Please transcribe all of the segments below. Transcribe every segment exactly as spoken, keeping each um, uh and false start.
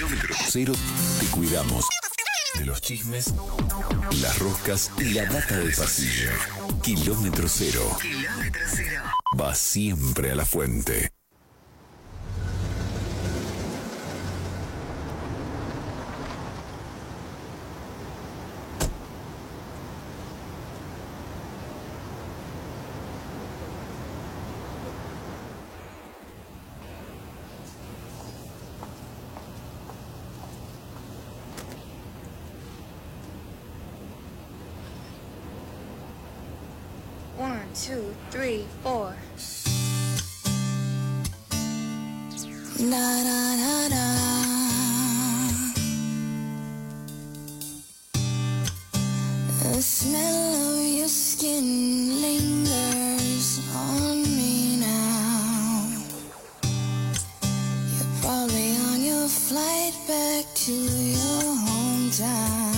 Kilómetro cero te cuidamos de los chismes, las roscas y la data del pasillo. Kilómetro cero. Kilómetro cero. Va siempre a la fuente. One, two, three, four. Na na na na. The smell of your skin lingers on me now. You're probably on your flight back to your hometown.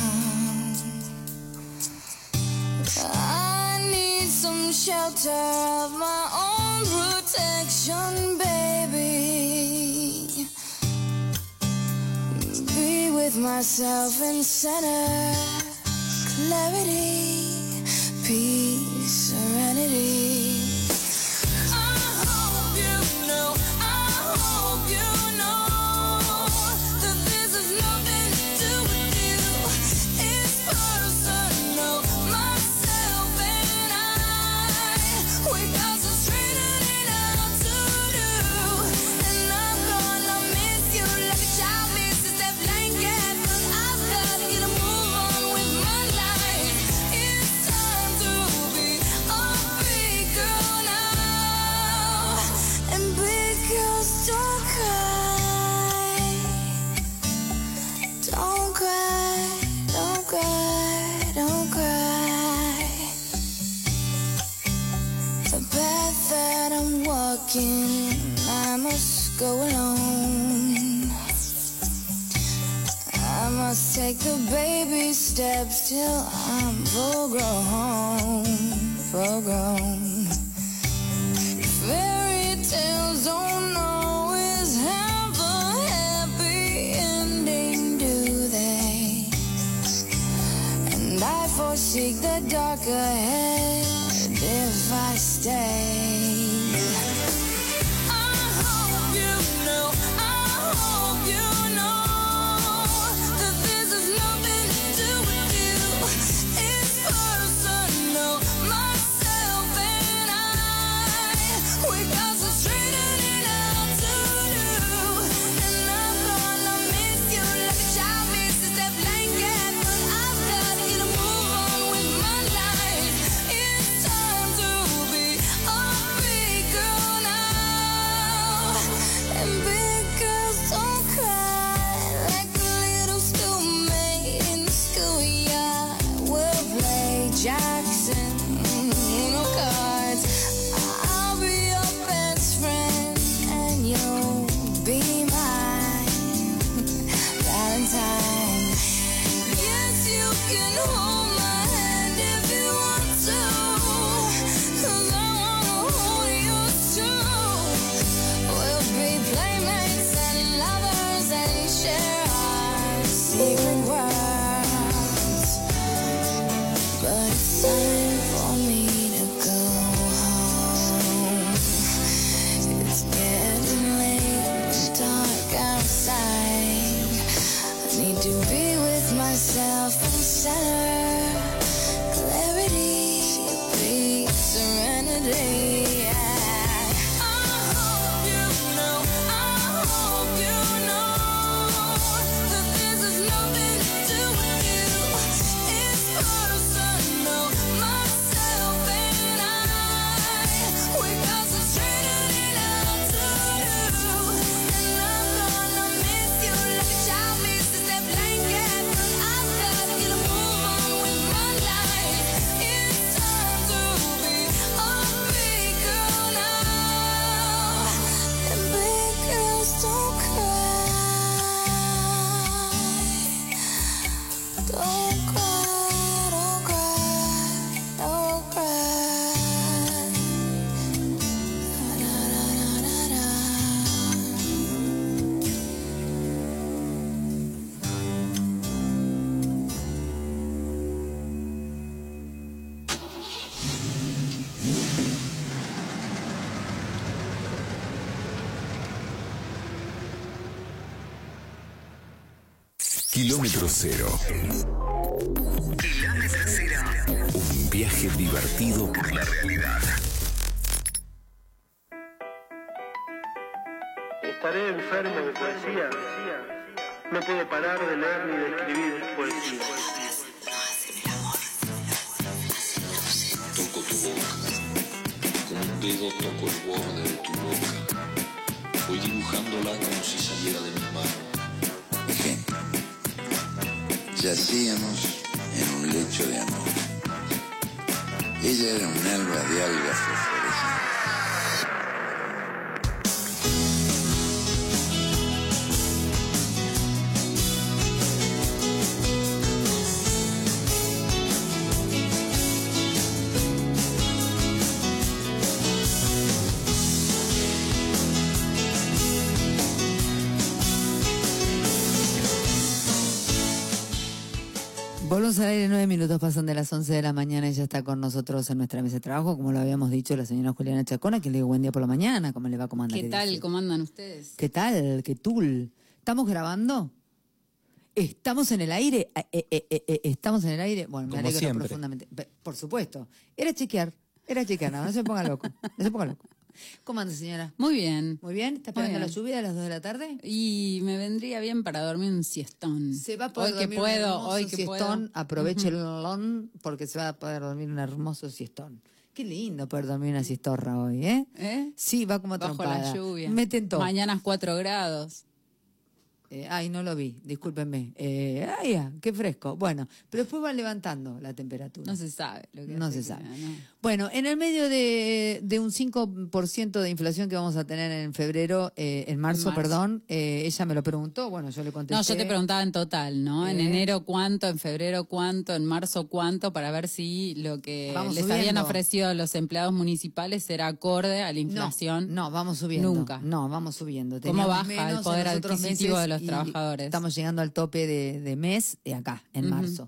I need some shelter of my own protection, baby. Be with myself in center, clarity, peace, serenity. I hope you know, I hope you know that this has nothing to do with you. It's personal, myself and I. We got some straightening out to do, and I'm gonna miss you like a child misses that blanket. But I've gotta get a move on with my life. It's time to be a big girl now, and big girls don't cry, don't cry, don't cry, don't cry. The path that I'm walking, I must go alone. I must take the baby steps till I'm full grown, full grown. Fairy tales don't always have a happy ending, do they? And I foresee the dark ahead if I stay. I hope you know, I hope you know that this has nothing to do with you. It's personal, myself and I. We got some straightening out to do, and I'm gonna miss you like a child misses that blanket. But I've gotta get a move on with my life. It's time to be a big girl now, and big girls don't cry like a little schoolmate in the schoolyard. We'll play Jackson, no cards. I'll be your best friend, and you'll be my Valentine. Yes, you can hold my hand if you want to, 'cause I wanna hold yours too. We'll be playmates and lovers and share our secret worlds. But it's time for me to go home. It's getting late and dark outside. I need to be with myself in center, clarity, peace, serenity. I hope you know, I hope you know that this has nothing to do with you. It's personal, myself and I. We got some straightening out to do, and I'm gonna miss you like a child misses that blanket. But I've gotta get a move on Kilómetro cero. Kilómetro cero. Un viaje divertido por la realidad. Estaré enfermo de poesía. No puedo parar de leer ni de escribir poesía. Toco tu boca, con un dedo toco el borde de tu boca. Voy dibujándola como si saliera de mi mano. Ejemplo. Yacíamos en un lecho de amor. Ella era un alba de algas fosforescentes. Volvemos al aire, nueve minutos pasan de las once de la mañana y ya está con nosotros en nuestra mesa de trabajo, como lo habíamos dicho, la señora Juliana Chacona, que le digo buen día por la mañana. ¿Cómo le va? ¿Cómo anda? ¿Qué tal? ¿Cómo andan ustedes? ¿Qué tal? ¿Qué tul? ¿Estamos grabando? ¿Estamos en el aire? Eh, eh, eh, eh, ¿Estamos en el aire? Bueno, me Como alegro siempre. profundamente. Por supuesto. Era chequear. Era chequear. No, no se ponga loco. No se ponga loco. ¿Cómo anda, señora? Muy bien. Muy bien. ¿Está Muy esperando bien. la lluvia a las dos de la tarde? Y me vendría bien para dormir un siestón. Se va a poder hoy que dormir un puedo, hermoso hoy que siestón. puedo. Aproveche el lon porque se va a poder dormir un hermoso siestón. Qué lindo poder dormir una siestorra hoy, ¿eh? ¿Eh? Sí, va como Bajo trompada. la lluvia. Me tentó. Mañana cuatro grados. Eh, ay, no lo vi, discúlpenme. Eh, ay, ya, qué fresco. Bueno, pero después va levantando la temperatura. No se sabe lo que No hace se sabe. que- no. Bueno, en el medio de, de un cinco por ciento de inflación que vamos a tener en febrero, eh, en marzo, En marzo. perdón, eh, ella me lo preguntó, bueno, yo le contesté. No, yo te preguntaba en total, ¿no? En Eh. enero cuánto, en febrero cuánto, en marzo cuánto, para ver si lo que Vamos les subiendo. habían ofrecido a los empleados municipales era acorde a la No, inflación. no, vamos subiendo. Nunca. No, vamos subiendo. ¿Cómo Teníamos baja menos el en poder los otros adquisitivo meses de los y trabajadores? Estamos llegando al tope de, de mes de acá, en Ujú. marzo.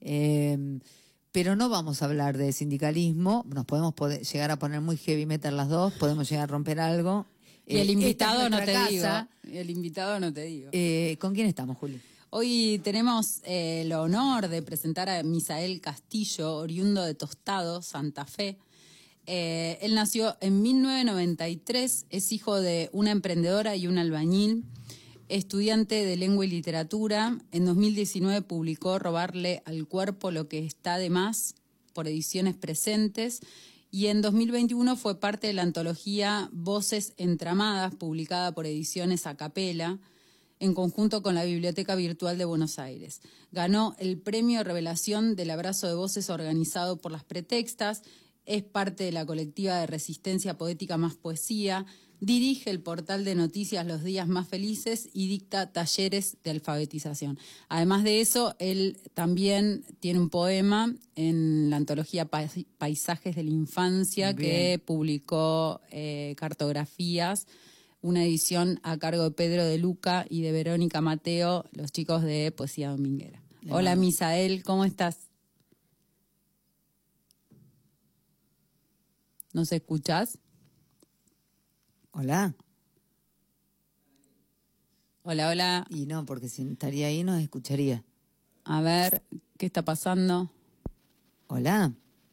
Eh, pero no vamos a hablar de sindicalismo, nos podemos poder, llegar a poner muy heavy metal las dos, podemos llegar a romper algo. Y el Eh, invitado esta no es te nuestra digo. casa. Y el invitado no te digo. Eh, ¿Con quién estamos, Juli? Hoy tenemos eh, el honor de presentar a Misael Castillo, oriundo de Tostado, Santa Fe. Eh, él nació en mil novecientos noventa y tres, es hijo de una emprendedora y un albañil, estudiante de lengua y literatura. En dos mil diecinueve publicó Robarle al cuerpo lo que está de más, por Ediciones Presentes, y en dos mil veintiuno fue parte de la antología Voces Entramadas, publicada por Ediciones Acapela, en conjunto con la Biblioteca Virtual de Buenos Aires. Ganó el Premio Revelación del Abrazo de Voces organizado por Las Pretextas, es parte de la colectiva de Resistencia Poética Más Poesía, dirige el portal de noticias Los Días Más Felices y dicta talleres de alfabetización. Además de eso, él también tiene un poema en la antología Pais- Paisajes de la Infancia, Bien. que publicó eh, Cartografías, una edición a cargo de Pedro de Luca y de Verónica Mateo, los chicos de Poesía Dominguera. Le Hola, mando- Misael, ¿cómo estás? ¿Nos escuchás? Hola. Hola, hola. Y no, porque si estaría ahí nos escucharía. A ver, ¿qué está pasando? Hola.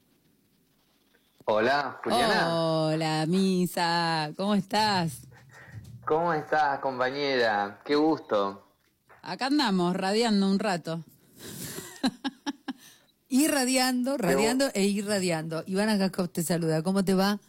Hola, Juliana. Hola, Misa, ¿cómo estás? ¿Cómo estás, compañera? Qué gusto. Acá andamos, radiando un rato. Irradiando, radiando e irradiando. Ivana Gaskov te saluda. ¿Cómo te va?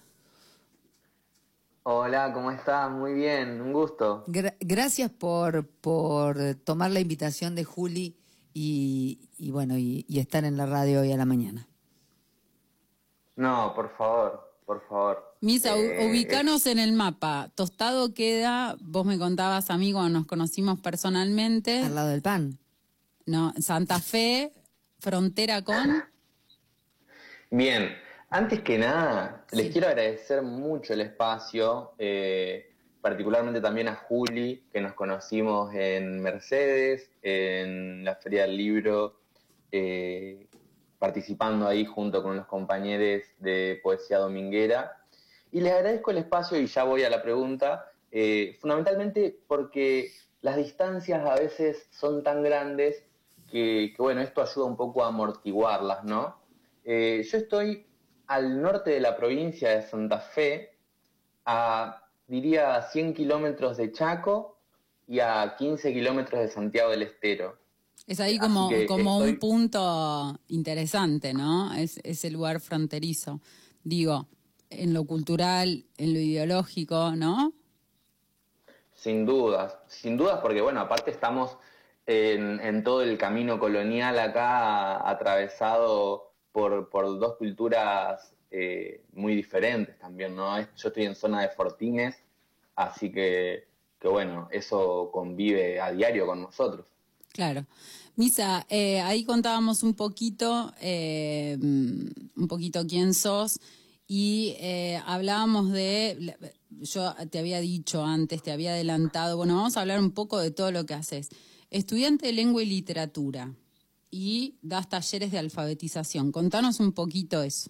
Hola, ¿cómo estás? Muy bien, un gusto. Gra- gracias por, por tomar la invitación de Juli y, y bueno, y, y estar en la radio hoy a la mañana. No, por favor, por favor. Misa, u- Eh, ubicanos en el mapa. Tostado queda, vos me contabas a mí cuando nos conocimos personalmente. Al lado del pan. No, Santa Fe, frontera con... Bien, antes que nada, les Sí. quiero agradecer mucho el espacio, eh, particularmente también a Juli, que nos conocimos en Mercedes, en la Feria del Libro, eh, participando ahí junto con los compañeros de Poesía Dominguera. Y les agradezco el espacio, y ya voy a la pregunta, eh, fundamentalmente porque las distancias a veces son tan grandes que, que bueno, esto ayuda un poco a amortiguarlas, ¿no? Eh, yo estoy al norte de la provincia de Santa Fe, a, diría, cien kilómetros de Chaco y a quince kilómetros de Santiago del Estero. Es ahí como, como estoy... un punto interesante, ¿no? Es ese lugar fronterizo. Digo, en lo cultural, en lo ideológico, ¿no? Sin dudas, sin dudas, porque bueno, aparte estamos en, en todo el camino colonial acá, atravesado por, por dos culturas eh, muy diferentes también, ¿no? Yo estoy en zona de Fortines, así que, que bueno, eso convive a diario con nosotros. Claro. Misa, eh, ahí contábamos un poquito, eh, un poquito quién sos y eh, hablábamos de, yo te había dicho antes, te había adelantado, bueno, vamos a hablar un poco de todo lo que haces. Estudiante de lengua y literatura y das talleres de alfabetización. Contanos un poquito eso.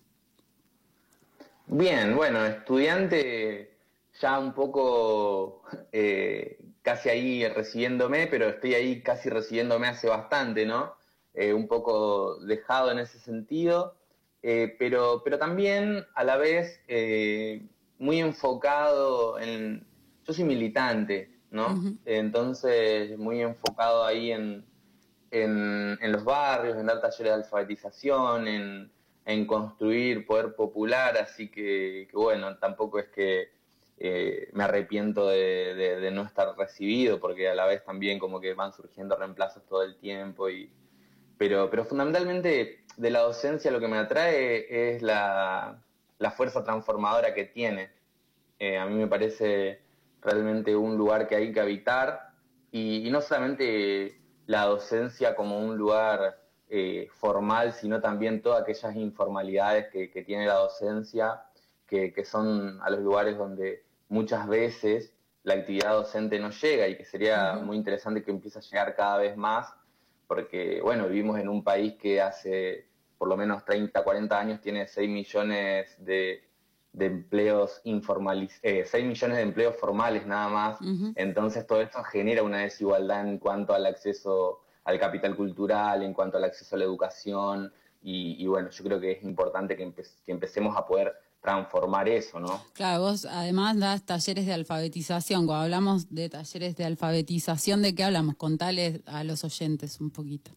Bien, bueno, estudiante ya un poco... Eh, casi ahí recibiéndome, pero estoy ahí casi recibiéndome hace bastante, ¿no? Eh, un poco dejado en ese sentido, eh, pero, pero también a la vez eh, muy enfocado en... Yo soy militante, ¿no? Uh-huh. Entonces, muy enfocado ahí en, en, en los barrios, en dar talleres de alfabetización, en, en construir poder popular, así que, que bueno, tampoco es que Eh, me arrepiento de, de, de no estar recibido, porque a la vez también como que van surgiendo reemplazos todo el tiempo, y, pero, pero fundamentalmente de la docencia lo que me atrae es la, la fuerza transformadora que tiene. Eh, a mí me parece realmente un lugar que hay que habitar, y, y no solamente la docencia como un lugar eh, formal, sino también todas aquellas informalidades que, que tiene la docencia, que, que son a los lugares donde muchas veces la actividad docente no llega, y que sería uh-huh. muy interesante que empiece a llegar cada vez más, porque bueno, vivimos en un país que hace por lo menos treinta, cuarenta años tiene seis millones de, de empleos informales, eh, seis millones de empleos formales nada más, uh-huh. Entonces todo esto genera una desigualdad en cuanto al acceso al capital cultural, en cuanto al acceso a la educación, y, y bueno, yo creo que es importante que, empe- que empecemos a poder transformar eso, ¿no? Claro, vos además das talleres de alfabetización. Cuando hablamos de talleres de alfabetización, ¿de qué hablamos? Contales a los oyentes un poquito.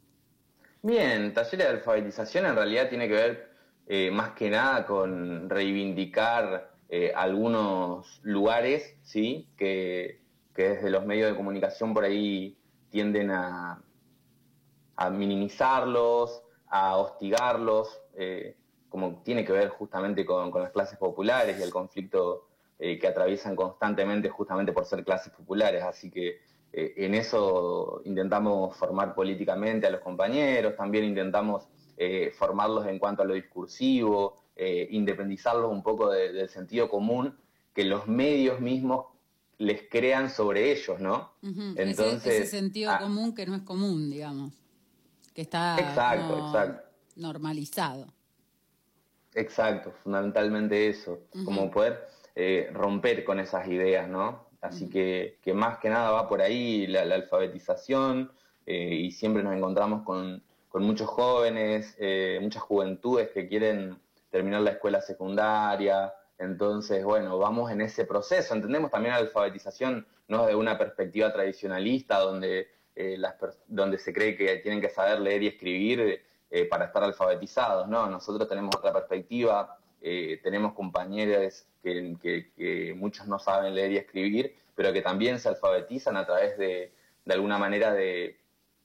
Bien, talleres de alfabetización en realidad tiene que ver eh, más que nada con reivindicar eh, algunos lugares, ¿sí? Que, que desde los medios de comunicación por ahí tienden a, a minimizarlos, a hostigarlos, eh, como tiene que ver justamente con, con las clases populares y el conflicto eh, que atraviesan constantemente justamente por ser clases populares. Así que eh, en eso intentamos formar políticamente a los compañeros, también intentamos eh, formarlos en cuanto a lo discursivo, eh, independizarlos un poco de, del sentido común que los medios mismos les crean sobre ellos, ¿no? Uh-huh. Entonces, ese, ese sentido ah, común que no es común, digamos, que está exacto, no, exacto. normalizado. Exacto, fundamentalmente eso, uh-huh. como poder eh, romper con esas ideas, ¿no? Así uh-huh. que, que más que nada va por ahí la, la alfabetización, eh, y siempre nos encontramos con, con muchos jóvenes, eh, muchas juventudes que quieren terminar la escuela secundaria. Entonces, bueno, vamos en ese proceso. Entendemos también la alfabetización no de una perspectiva tradicionalista donde, eh, las per- donde se cree que tienen que saber leer y escribir eh, para estar alfabetizados, ¿no? Nosotros tenemos otra perspectiva, eh, tenemos compañeros que, que, que muchos no saben leer y escribir, pero que también se alfabetizan a través de, de alguna manera de,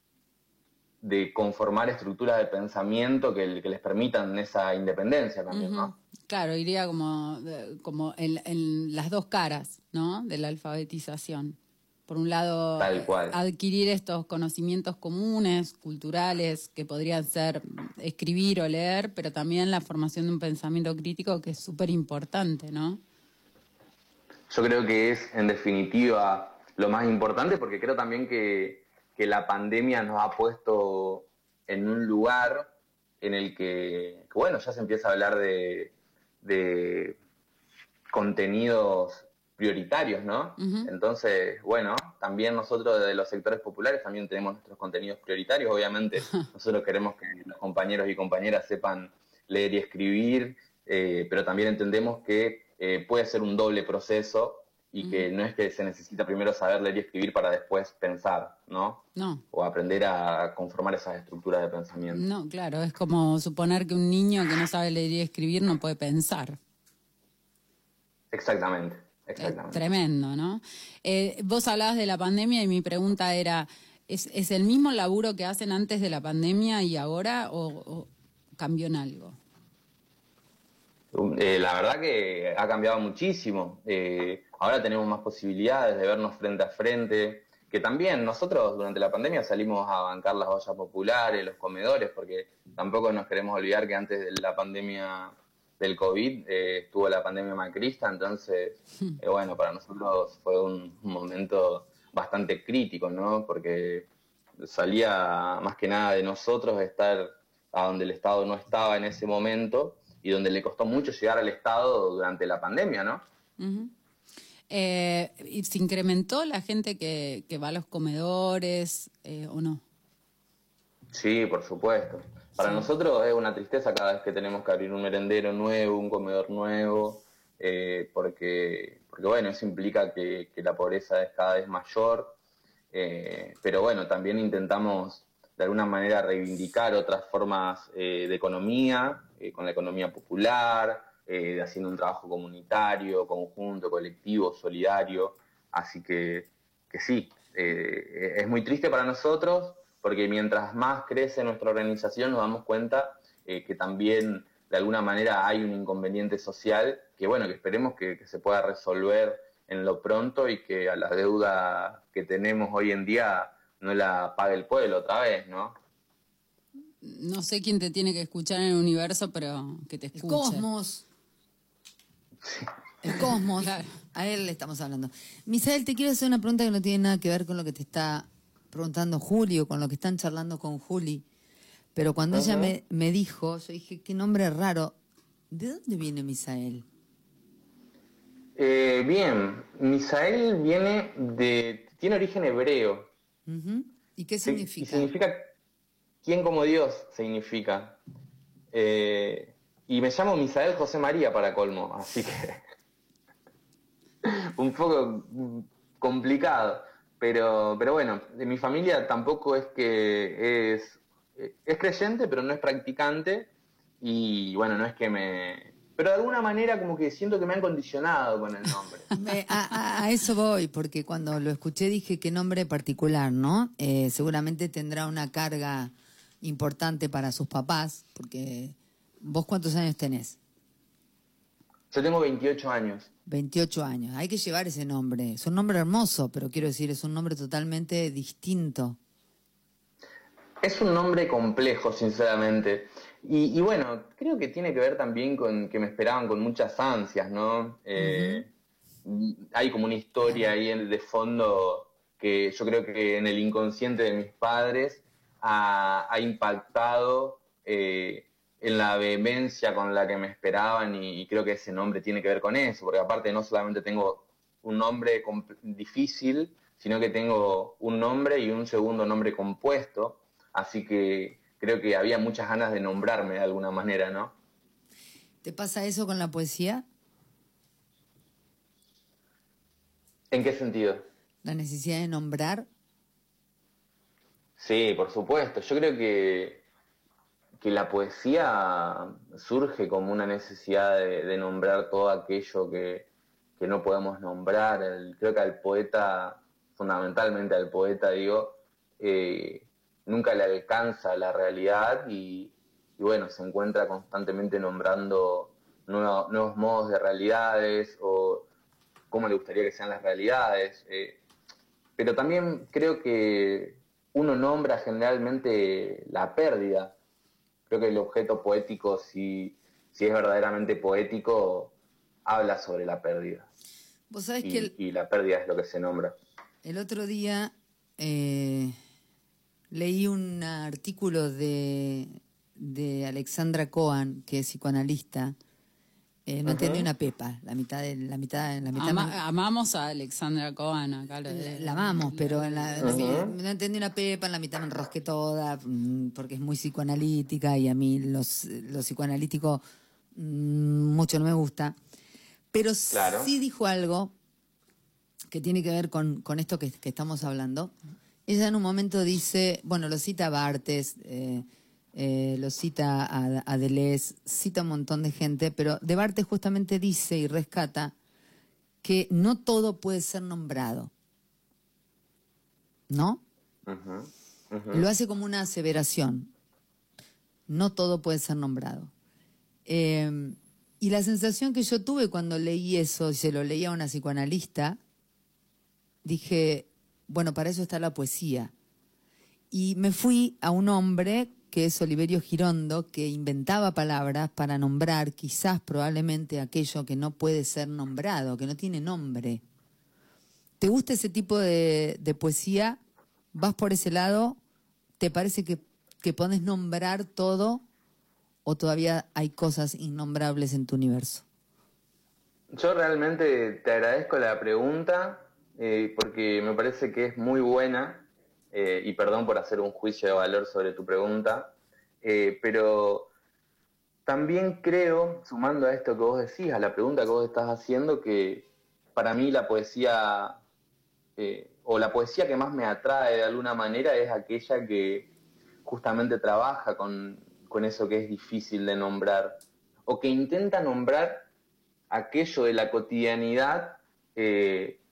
de conformar estructuras de pensamiento que, que les permitan esa independencia también, ¿no? Uh-huh. Claro, iría como, como en, en las dos caras, ¿no? De la alfabetización. Por un lado, Tal cual. adquirir estos conocimientos comunes, culturales, que podrían ser escribir o leer, pero también la formación de un pensamiento crítico que es súper importante, ¿no? Yo creo que es, en definitiva, lo más importante, porque creo también que, que la pandemia nos ha puesto en un lugar en el que, que bueno, ya se empieza a hablar de, de contenidos prioritarios, ¿no? Uh-huh. Entonces, bueno, también nosotros de los sectores populares también tenemos nuestros contenidos prioritarios. Obviamente, nosotros queremos que los compañeros y compañeras sepan leer y escribir, eh, pero también entendemos que eh, puede ser un doble proceso y uh-huh. que no es que se necesita primero saber leer y escribir para después pensar, ¿no? No. O aprender a conformar esas estructuras de pensamiento. No, claro, es como suponer que un niño que no sabe leer y escribir no puede pensar. Exactamente, exactamente. Es tremendo, ¿no? Eh, vos hablabas de la pandemia y mi pregunta era, ¿es, ¿es el mismo laburo que hacen antes de la pandemia y ahora o, o cambió en algo? Eh, la verdad que ha cambiado muchísimo. Eh, ahora tenemos más posibilidades de vernos frente a frente, que también nosotros durante la pandemia salimos a bancar las ollas populares, los comedores, porque tampoco nos queremos olvidar que antes de la pandemia del COVID eh, estuvo la pandemia macrista, entonces, eh, bueno, para nosotros fue un, un momento bastante crítico, ¿no? Porque salía más que nada de nosotros estar a donde el Estado no estaba en ese momento y donde le costó mucho llegar al Estado durante la pandemia, ¿no? Uh-huh. Eh, ¿Y se incrementó la gente que, que va a los comedores eh, o no? Sí, por supuesto. Para sí. nosotros es una tristeza cada vez que tenemos que abrir un merendero nuevo, un comedor nuevo, eh, porque, porque, bueno, eso implica que, que la pobreza es cada vez mayor, eh, pero bueno, también intentamos de alguna manera reivindicar otras formas eh, de economía, eh, con la economía popular, eh, haciendo un trabajo comunitario, conjunto, colectivo, solidario, así que, que sí, eh, es muy triste para nosotros, porque mientras más crece nuestra organización nos damos cuenta eh, que también de alguna manera hay un inconveniente social que bueno, que esperemos que, que se pueda resolver en lo pronto y que a la deuda que tenemos hoy en día no la pague el pueblo otra vez, ¿no? No sé quién te tiene que escuchar en el universo, pero que te escuche. El cosmos. Sí. El cosmos. Claro. A él le estamos hablando. Misael, te quiero hacer una pregunta que no tiene nada que ver con lo que te está preguntando Juli o con lo que están charlando con Juli. Pero cuando uh-huh. ella me, me dijo, yo dije, qué nombre raro. ¿De dónde viene Misael? Eh, bien, Misael viene de... tiene origen hebreo. Uh-huh. ¿Y qué significa? Y significa ¿quién como Dios? Significa. Eh, y me llamo Misael José María para colmo, así que un poco complicado. Pero, pero bueno, de mi familia tampoco es que es, es creyente, pero no es practicante. Y bueno, no es que me... Pero de alguna manera como que siento que me han condicionado con el nombre. Me, a, a, a eso voy, porque cuando lo escuché dije qué nombre particular, ¿no? Eh, seguramente tendrá una carga importante para sus papás, porque ¿vos cuántos años tenés? Yo tengo veintiocho años. veintiocho años. Hay que llevar ese nombre. Es un nombre hermoso, pero quiero decir, es un nombre totalmente distinto. Es un nombre complejo, sinceramente. Y, y bueno, creo que tiene que ver también con que me esperaban con muchas ansias, ¿no? Eh, uh-huh. Hay como una historia ahí de fondo que yo creo que en el inconsciente de mis padres ha, ha impactado eh, en la vehemencia con la que me esperaban y, y creo que ese nombre tiene que ver con eso, porque aparte no solamente tengo un nombre comp- difícil, sino que tengo un nombre y un segundo nombre compuesto, así que creo que había muchas ganas de nombrarme de alguna manera, ¿no? ¿Te pasa eso con la poesía? ¿En qué sentido? ¿La necesidad de nombrar? Sí, por supuesto. Yo creo que, que la poesía surge como una necesidad de, de nombrar todo aquello que, que no podemos nombrar. El, creo que al poeta, fundamentalmente al poeta, digo, eh, nunca le alcanza la realidad y, y bueno, se encuentra constantemente nombrando nuevo, nuevos modos de realidades o cómo le gustaría que sean las realidades. Eh, pero también creo que uno nombra generalmente la pérdida. Creo que el objeto poético, si, si es verdaderamente poético, habla sobre la pérdida. ¿Vos sabés y, que el, y la pérdida es lo que se nombra. El otro día eh, leí un artículo de, de Alexandra Cohen, que es psicoanalista, Eh, no entendí una pepa, la mitad de la mitad, la mitad Ama- me- amamos a Alexandra Cohen acá. Lo la, de- la amamos, pero en la, en la- Ujú. no entendí una pepa, en la mitad me enrosqué toda, mm, porque es muy psicoanalítica y a mí los, los psicoanalíticos mm, mucho no me gusta. Pero Claro. sí dijo algo que tiene que ver con, con esto que, que estamos hablando. Ella en un momento dice, bueno, lo cita a Barthes, eh, eh, lo cita a, a Deleuze, cita a un montón de gente, pero de Barthes justamente dice y rescata que no todo puede ser nombrado, ¿no? Ujú, ujú. Lo hace como una aseveración. No todo puede ser nombrado. Eh, y la sensación que yo tuve cuando leí eso, y se lo leía a una psicoanalista, dije, bueno, para eso está la poesía. Y me fui a un hombre que es Oliverio Girondo, que inventaba palabras para nombrar quizás probablemente aquello que no puede ser nombrado, que no tiene nombre. ¿Te gusta ese tipo de, de poesía? ¿Vas por ese lado? ¿Te parece que, que podés nombrar todo o todavía hay cosas innombrables en tu universo? Yo realmente te agradezco la pregunta eh, porque me parece que es muy buena eh, y perdón por hacer un juicio de valor sobre tu pregunta, eh, pero también creo, sumando a esto que vos decís, a la pregunta que vos estás haciendo, que para mí la poesía, eh, o la poesía que más me atrae de alguna manera es aquella que justamente trabaja con, con eso que es difícil de nombrar, o que intenta nombrar aquello de la cotidianidad, eh,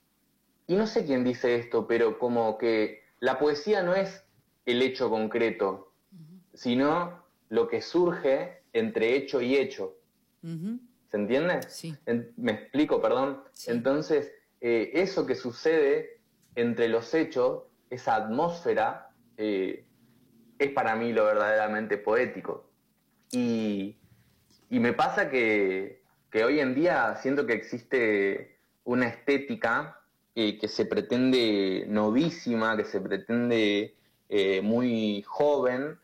y no sé quién dice esto, pero como que la poesía no es el hecho concreto, sino lo que surge entre hecho y hecho. Uh-huh. ¿Se entiende? Sí. En- me explico, perdón. Sí. Entonces, eh, eso que sucede entre los hechos, esa atmósfera, eh, es para mí lo verdaderamente poético. Y, y me pasa que, que hoy en día siento que existe una estética eh, que se pretende novísima, que se pretende eh, muy joven.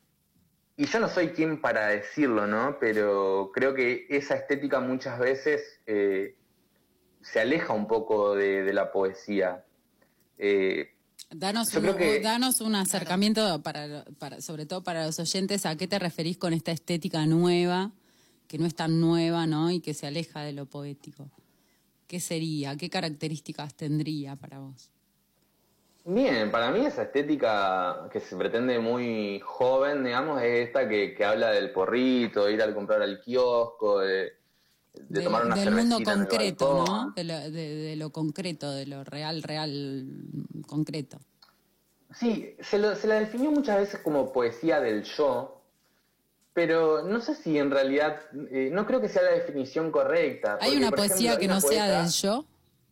Y yo no soy quien para decirlo, ¿no? Pero creo que esa estética muchas veces eh, se aleja un poco de, de la poesía. Eh, Danos Yo un, creo que- danos un acercamiento, para, para, sobre todo para los oyentes, ¿a qué te referís con esta estética nueva, que no es tan nueva, ¿no? Y que se aleja de lo poético? ¿Qué sería? ¿Qué características tendría para vos? Bien, para mí esa estética que se pretende muy joven, digamos, es esta que, que habla del porrito, de ir al comprar al kiosco, de, de De- tomar una del mundo cervecita en el concreto, balcón. ¿no? De lo, de, de lo concreto, de lo real, real, concreto. Sí, se, lo- se la definió muchas veces como poesía del yo, pero no sé si en realidad, eh, no creo que sea la definición correcta. ¿Hay porque, una por poesía ejemplo, hay que una no sea poeta- del yo?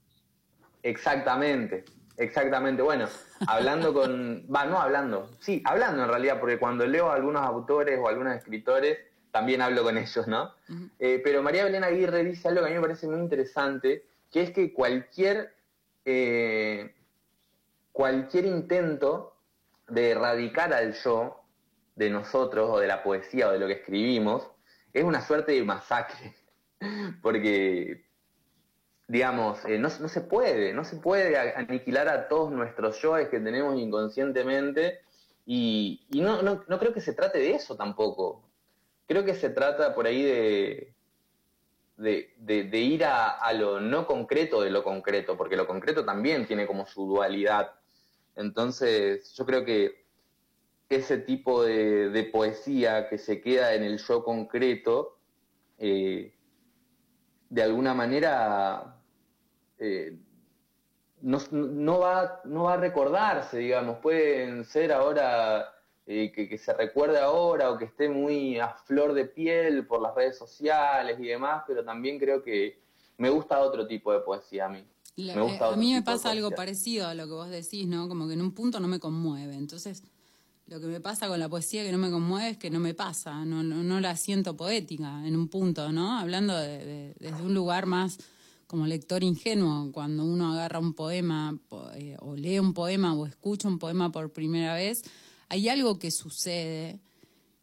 Exactamente, exactamente. Bueno, hablando con... Va, no hablando, sí, hablando en realidad, porque cuando leo a algunos autores o a algunos escritores, también hablo con ellos, ¿no? Ujú. Eh, pero María Belén Aguirre dice algo que a mí me parece muy interesante, que es que cualquier, eh, cualquier intento de erradicar al yo de nosotros, o de la poesía, o de lo que escribimos, es una suerte de masacre. Porque... digamos, eh, no, no se puede, no se puede a- aniquilar a todos nuestros yoes que tenemos inconscientemente y, y no, no, no creo que se trate de eso tampoco. Creo que se trata por ahí de, de, de, de ir a, a lo no concreto de lo concreto, porque lo concreto también tiene como su dualidad. Entonces, yo creo que ese tipo de, de poesía que se queda en el yo concreto, eh, de alguna manera eh, no, no, va, no va a recordarse, digamos. Pueden ser ahora, eh, que, que se recuerde ahora o que esté muy a flor de piel por las redes sociales y demás, pero también creo que me gusta otro tipo de poesía a mí. La- Me gusta eh, a otro mí me tipo de pasa algo poesía. parecido a lo que vos decís, ¿no? Como que en un punto no me conmueve. Entonces, lo que me pasa con la poesía que no me conmueve es que no me pasa, no, no, no la siento poética en un punto, ¿no? Hablando de, de- desde un lugar más como lector ingenuo, cuando uno agarra un poema po- eh, o lee un poema o escucha un poema por primera vez, hay algo que sucede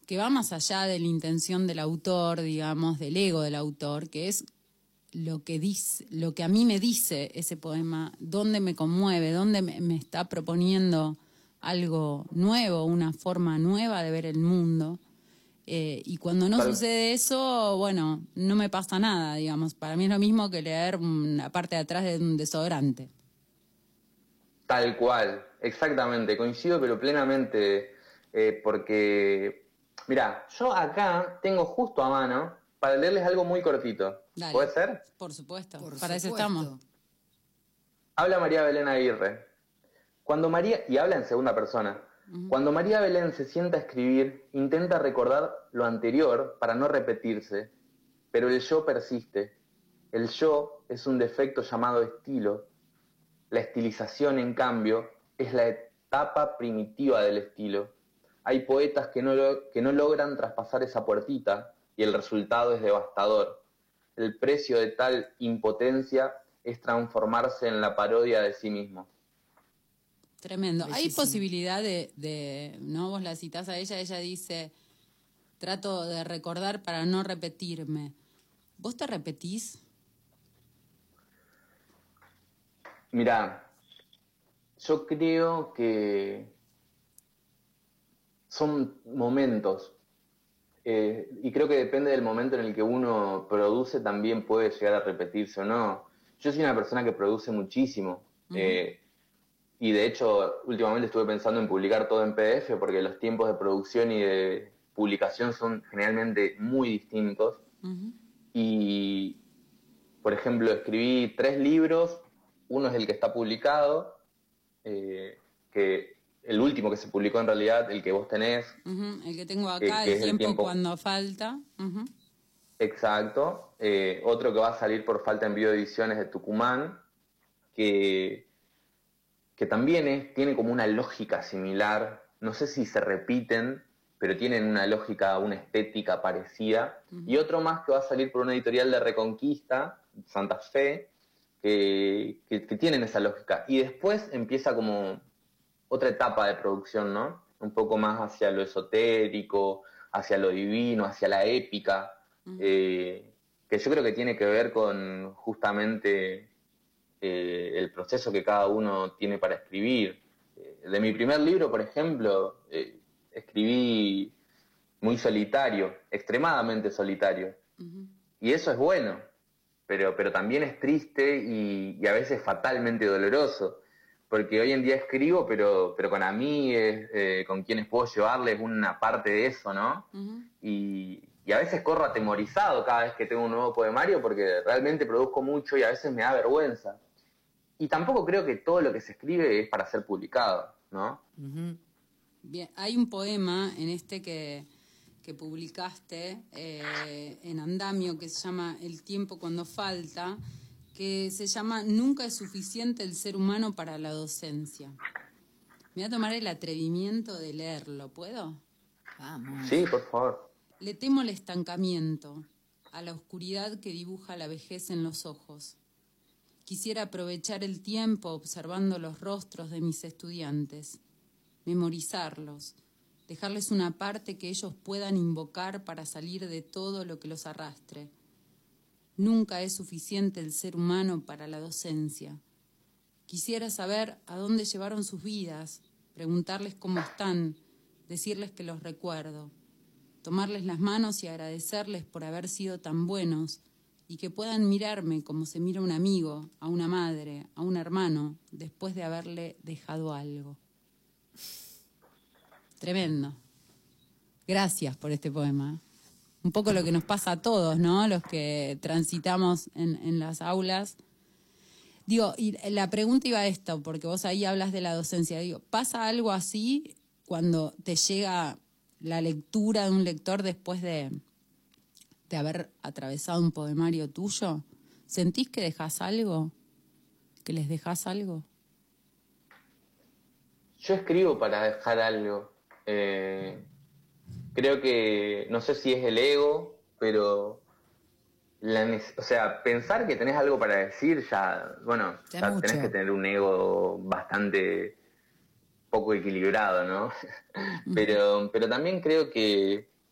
que va más allá de la intención del autor, digamos, del ego del autor, que es lo que dice, lo que a mí me dice ese poema, dónde me conmueve, dónde me, me está proponiendo algo nuevo, una forma nueva de ver el mundo. Eh, y cuando no Tal- sucede eso, bueno, no me pasa nada, digamos. Para mí es lo mismo que leer una parte de atrás de un desodorante. Tal cual, exactamente, coincido pero plenamente, eh, porque, mira, yo acá tengo justo a mano para leerles algo muy cortito. Dale. ¿Puede ser? Por supuesto, Por para eso supuesto. estamos. Habla María Belén Aguirre. Cuando María, y habla en segunda persona, cuando María Belén se sienta a escribir, intenta recordar lo anterior para no repetirse, pero el yo persiste. El yo es un defecto llamado estilo. La estilización, en cambio, es la etapa primitiva del estilo. Hay poetas que no, lo- que no logran traspasar esa puertita y el resultado es devastador. El precio de tal impotencia es transformarse en la parodia de sí mismo. Tremendo. Hay Bellísimo. posibilidad de, de, ¿no? Vos la citás a ella, ella dice, trato de recordar para no repetirme. ¿Vos te repetís? Mirá, yo creo que son momentos, eh, y creo que depende del momento en el que uno produce, también puede llegar a repetirse o no. Yo soy una persona que produce muchísimo, eh, y de hecho últimamente estuve pensando en publicar todo en P D F porque los tiempos de producción y de publicación son generalmente muy distintos. Ujú. Y, por ejemplo, escribí tres libros, uno es el que está publicado, eh, que el último que se publicó en realidad, el que vos tenés, Ujú. El que tengo Que- acá, que el, es el tiempo tiempo. cuando falta. Ujú. exacto, eh, otro que va a salir por Falta Envío Ediciones de Tucumán, que, que también es, tiene como una lógica similar, no sé si se repiten, pero tienen una lógica, una estética parecida, y otro más que va a salir por una editorial de Reconquista, Santa Fe, que, que, que tienen esa lógica. Y después empieza como otra etapa de producción, ¿no? Un poco más hacia lo esotérico, hacia lo divino, hacia la épica, eh, que yo creo que tiene que ver con justamente eh, el proceso que cada uno tiene para escribir. Eh, de mi primer libro, por ejemplo, eh, escribí muy solitario, extremadamente solitario. Y eso es bueno, pero, pero también es triste y, y a veces fatalmente doloroso, porque hoy en día escribo, pero, pero con amigues, eh, con quienes puedo llevarles una parte de eso, ¿no? Ujú. Y, y a veces corro atemorizado cada vez que tengo un nuevo poemario porque realmente produzco mucho y a veces me da vergüenza. Y tampoco creo que todo lo que se escribe es para ser publicado, ¿no? Ujú. Bien, hay un poema en este que, que publicaste eh, en Andamio que se llama El tiempo cuando falta, que se llama Nunca es suficiente el ser humano para la docencia. Me voy a tomar el atrevimiento de leerlo, ¿puedo? Vamos. Sí, por favor. Le temo al estancamiento, a la oscuridad que dibuja la vejez en los ojos. Quisiera aprovechar el tiempo observando los rostros de mis estudiantes, memorizarlos, dejarles una parte que ellos puedan invocar para salir de todo lo que los arrastre. Nunca es suficiente el ser humano para la docencia. Quisiera saber a dónde llevaron sus vidas, preguntarles cómo están, decirles que los recuerdo, tomarles las manos y agradecerles por haber sido tan buenos y que puedan mirarme como se mira a un amigo, a una madre, a un hermano, después de haberle dejado algo. Tremendo. Gracias por este poema. Un poco lo que nos pasa a todos, ¿no? Los que transitamos en, en las aulas. Digo, y la pregunta iba a esto, porque vos ahí hablas de la docencia. Digo, ¿pasa algo así cuando te llega la lectura de un lector después de, de haber atravesado un poemario tuyo? ¿Sentís que dejás algo? ¿Que les dejás algo? Yo escribo para dejar algo. Eh, creo que, no sé si es el ego, pero, la, nece- o sea, pensar que tenés algo para decir ya, bueno, Ya ya mucho. tenés que tener un ego bastante poco equilibrado, ¿no? pero, pero también creo que,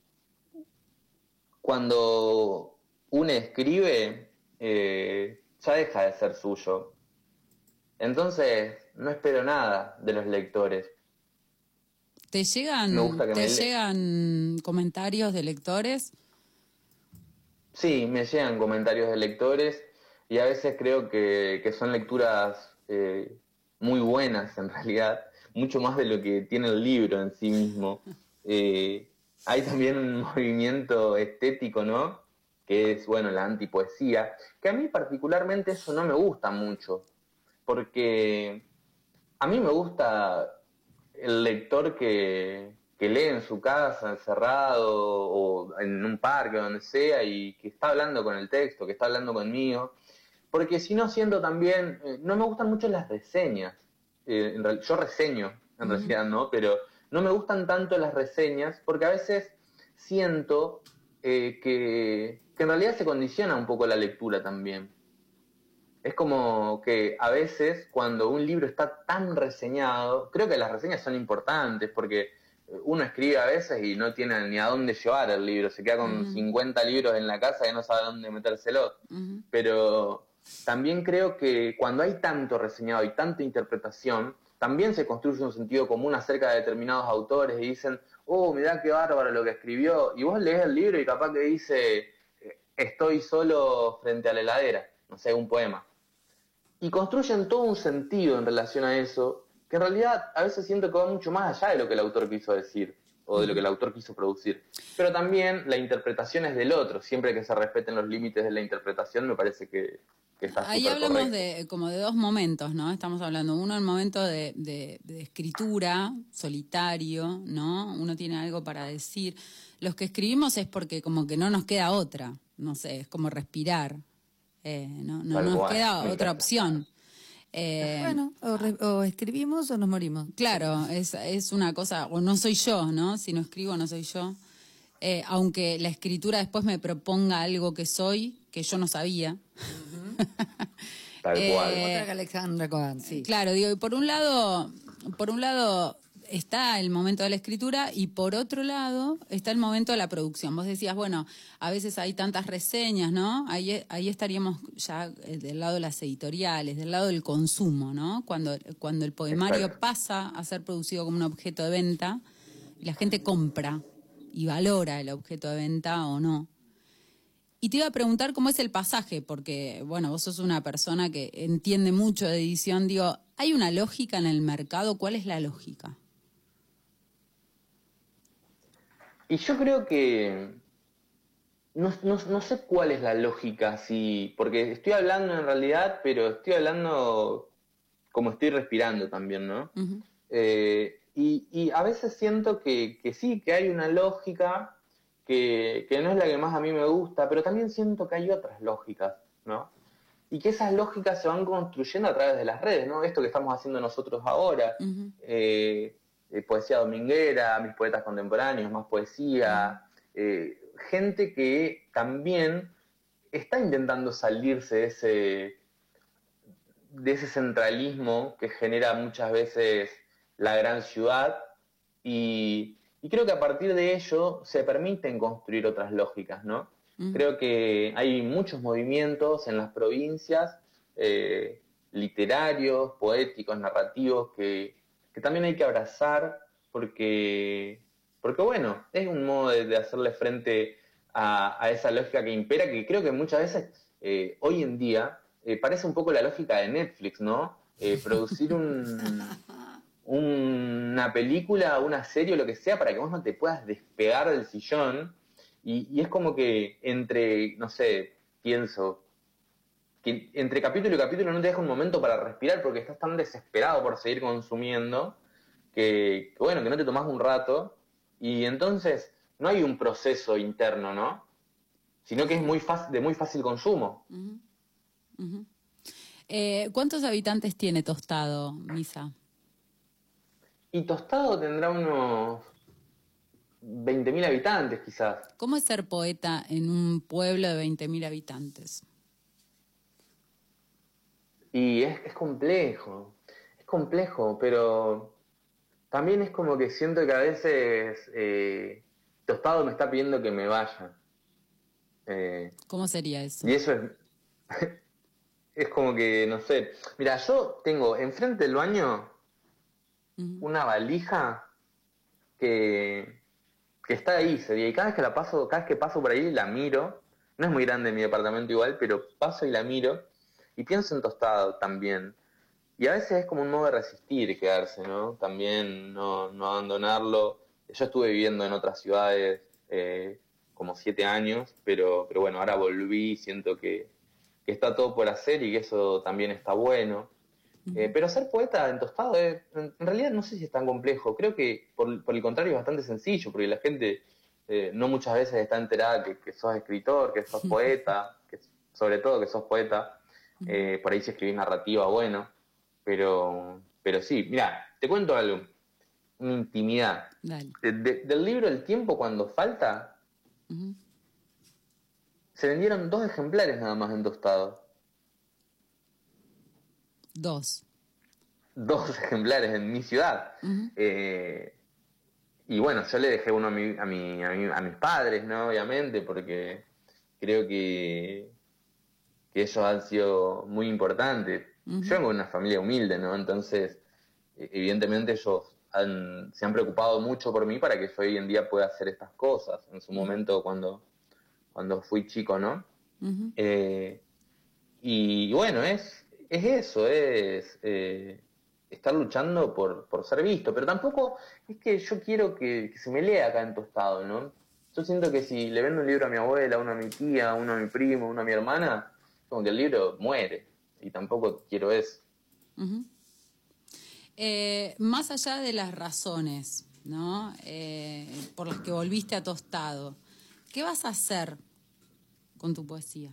cuando uno escribe, eh, ya deja de ser suyo. Entonces, no espero nada de los lectores. ¿Te llegan, Me gusta que te me le- llegan comentarios de lectores? Sí, me llegan comentarios de lectores y a veces creo que, que son lecturas eh, muy buenas en realidad, mucho más de lo que tiene el libro en sí mismo. Eh, hay también un movimiento estético, ¿no? Que es, bueno, la antipoesía, que a mí particularmente eso no me gusta mucho, porque a mí me gusta el lector que, que lee en su casa, encerrado, o en un parque, donde sea, y que está hablando con el texto, que está hablando conmigo, porque si no siento también, eh, no me gustan mucho las reseñas. Eh, en real- yo reseño, en realidad, ¿no? Pero no me gustan tanto las reseñas, porque a veces siento eh, que, que en realidad se condiciona un poco la lectura también. Es como que a veces cuando un libro está tan reseñado, creo que las reseñas son importantes porque uno escribe a veces y no tiene ni a dónde llevar el libro, se queda con Ujú. cincuenta libros en la casa y no sabe dónde metérselo. Ujú. Pero también creo que cuando hay tanto reseñado y tanta interpretación, también se construye un sentido común acerca de determinados autores y dicen, oh, mirá qué bárbaro lo que escribió, y vos lees el libro y capaz que dice, eh, estoy solo frente a la heladera, no sé, un poema. Y construyen todo un sentido en relación a eso, que en realidad a veces siento que va mucho más allá de lo que el autor quiso decir, o de lo que el autor quiso producir. Pero también la interpretación es del otro, siempre que se respeten los límites de la interpretación me parece que, que está Ahí súper hablamos correcto. de como de dos momentos, ¿no? Estamos hablando, uno el momento de, de- de escritura, solitario, ¿no? Uno tiene algo para decir. Los que escribimos es porque como que no nos queda otra, no sé, es como respirar. Eh, no no Tal nos cual, queda me otra encanta. opción. Eh, Bueno, o, re- o escribimos o nos morimos. Claro, es, es una cosa, o no soy yo, ¿no? Si no escribo, no soy yo. Eh, aunque la escritura después me proponga algo que soy, que yo no sabía. Tal Eh, cual. Otra que Alexandra Cohen, sí. Claro, digo, y por un lado, por un lado está el momento de la escritura y por otro lado está el momento de la producción. Vos decías, bueno, a veces hay tantas reseñas, ¿no? Ahí, ahí estaríamos ya eh, del lado de las editoriales, del lado del consumo, ¿no? Cuando, cuando el poemario Exacto. pasa a ser producido como un objeto de venta y la gente compra y valora el objeto de venta o no. Y te iba a preguntar cómo es el pasaje, porque, bueno, vos sos una persona que entiende mucho de edición. Digo, ¿hay una lógica en el mercado? ¿Cuál es la lógica? Y yo creo que no, no, no sé cuál es la lógica, sí, porque estoy hablando en realidad, pero estoy hablando como estoy respirando también, ¿no? Ujú. Eh, y, y a veces siento que, que sí, que hay una lógica que, que no es la que más a mí me gusta, pero también siento que hay otras lógicas, ¿no? Y que esas lógicas se van construyendo a través de las redes, ¿no? Esto que estamos haciendo nosotros ahora, Ujú. eh, eh, poesía dominguera, mis poetas contemporáneos, más poesía, eh, gente que también está intentando salirse de ese, de ese centralismo que genera muchas veces la gran ciudad y, y creo que a partir de ello se permiten construir otras lógicas, ¿no? Ujú. Creo que hay muchos movimientos en las provincias, eh, literarios, poéticos, narrativos, que, que también hay que abrazar porque, porque bueno, es un modo de, de hacerle frente a, a esa lógica que impera, que creo que muchas veces, eh, hoy en día, eh, parece un poco la lógica de Netflix, ¿no? Eh, producir un, un- una película, una serie o lo que sea para que vos no te puedas despegar del sillón y, y es como que entre, no sé, pienso, que entre capítulo y capítulo no te deja un momento para respirar porque estás tan desesperado por seguir consumiendo que, que bueno, que no te tomás un rato y entonces no hay un proceso interno, ¿no? Sino que es muy fácil, de muy fácil consumo. Ujú. Ujú. Eh, ¿Cuántos habitantes tiene Tostado, Misa? Y Tostado tendrá unos veinte mil habitantes quizás. ¿Cómo es ser poeta en un pueblo de veinte mil habitantes? Y es, es complejo, es complejo, pero también es como que siento que a veces eh, Tostado me está pidiendo que me vaya. Eh, ¿Cómo sería eso? y eso es, es como que, no sé, mira, yo tengo enfrente del baño Ujú. una valija que, que está ahí, sería, y cada vez que la paso, cada vez que paso por ahí la miro, no es muy grande mi departamento igual, pero paso y la miro, y pienso en Tostado también. Y a veces es como un modo de resistir quedarse, ¿no? También no, no abandonarlo. Yo estuve viviendo en otras ciudades eh, como siete años, pero, pero bueno, ahora volví y siento que, que está todo por hacer y que eso también está bueno. Eh, pero ser poeta en Tostado, eh, en, en realidad no sé si es tan complejo. Creo que por, por el contrario es bastante sencillo, porque la gente eh, no muchas veces está enterada que, que sos escritor, que sos poeta, que sobre todo que sos poeta. Eh, por ahí si escribís narrativa, bueno. Pero, pero sí, mira, te cuento algo, una intimidad. Dale. De, de, del libro El tiempo cuando falta, Ujú. se vendieron dos ejemplares nada más en Tostado. Dos. Dos ejemplares en mi ciudad. Ujú. Eh, y bueno, yo le dejé uno a, mi, a, mi, a, mi, a mis padres, ¿no? Obviamente, porque creo que, que ellos han sido muy importantes. Ujú. Yo vengo de una familia humilde, ¿no? Entonces, evidentemente ellos han, se han preocupado mucho por mí para que yo hoy en día pueda hacer estas cosas. En su momento, cuando, cuando fui chico, ¿no? Ujú. Eh, y bueno, es, es eso, es eh, estar luchando por, por ser visto. Pero tampoco es que yo quiero que, que se me lea acá en Tostado, ¿no? Yo siento que si le vendo un libro a mi abuela, uno a mi tía, uno a mi primo, uno a mi hermana, como que el libro muere. Y tampoco quiero eso. Ujú. Eh, más allá de las razones, ¿no? Eh, por las que volviste a Tostado, ¿qué vas a hacer con tu poesía?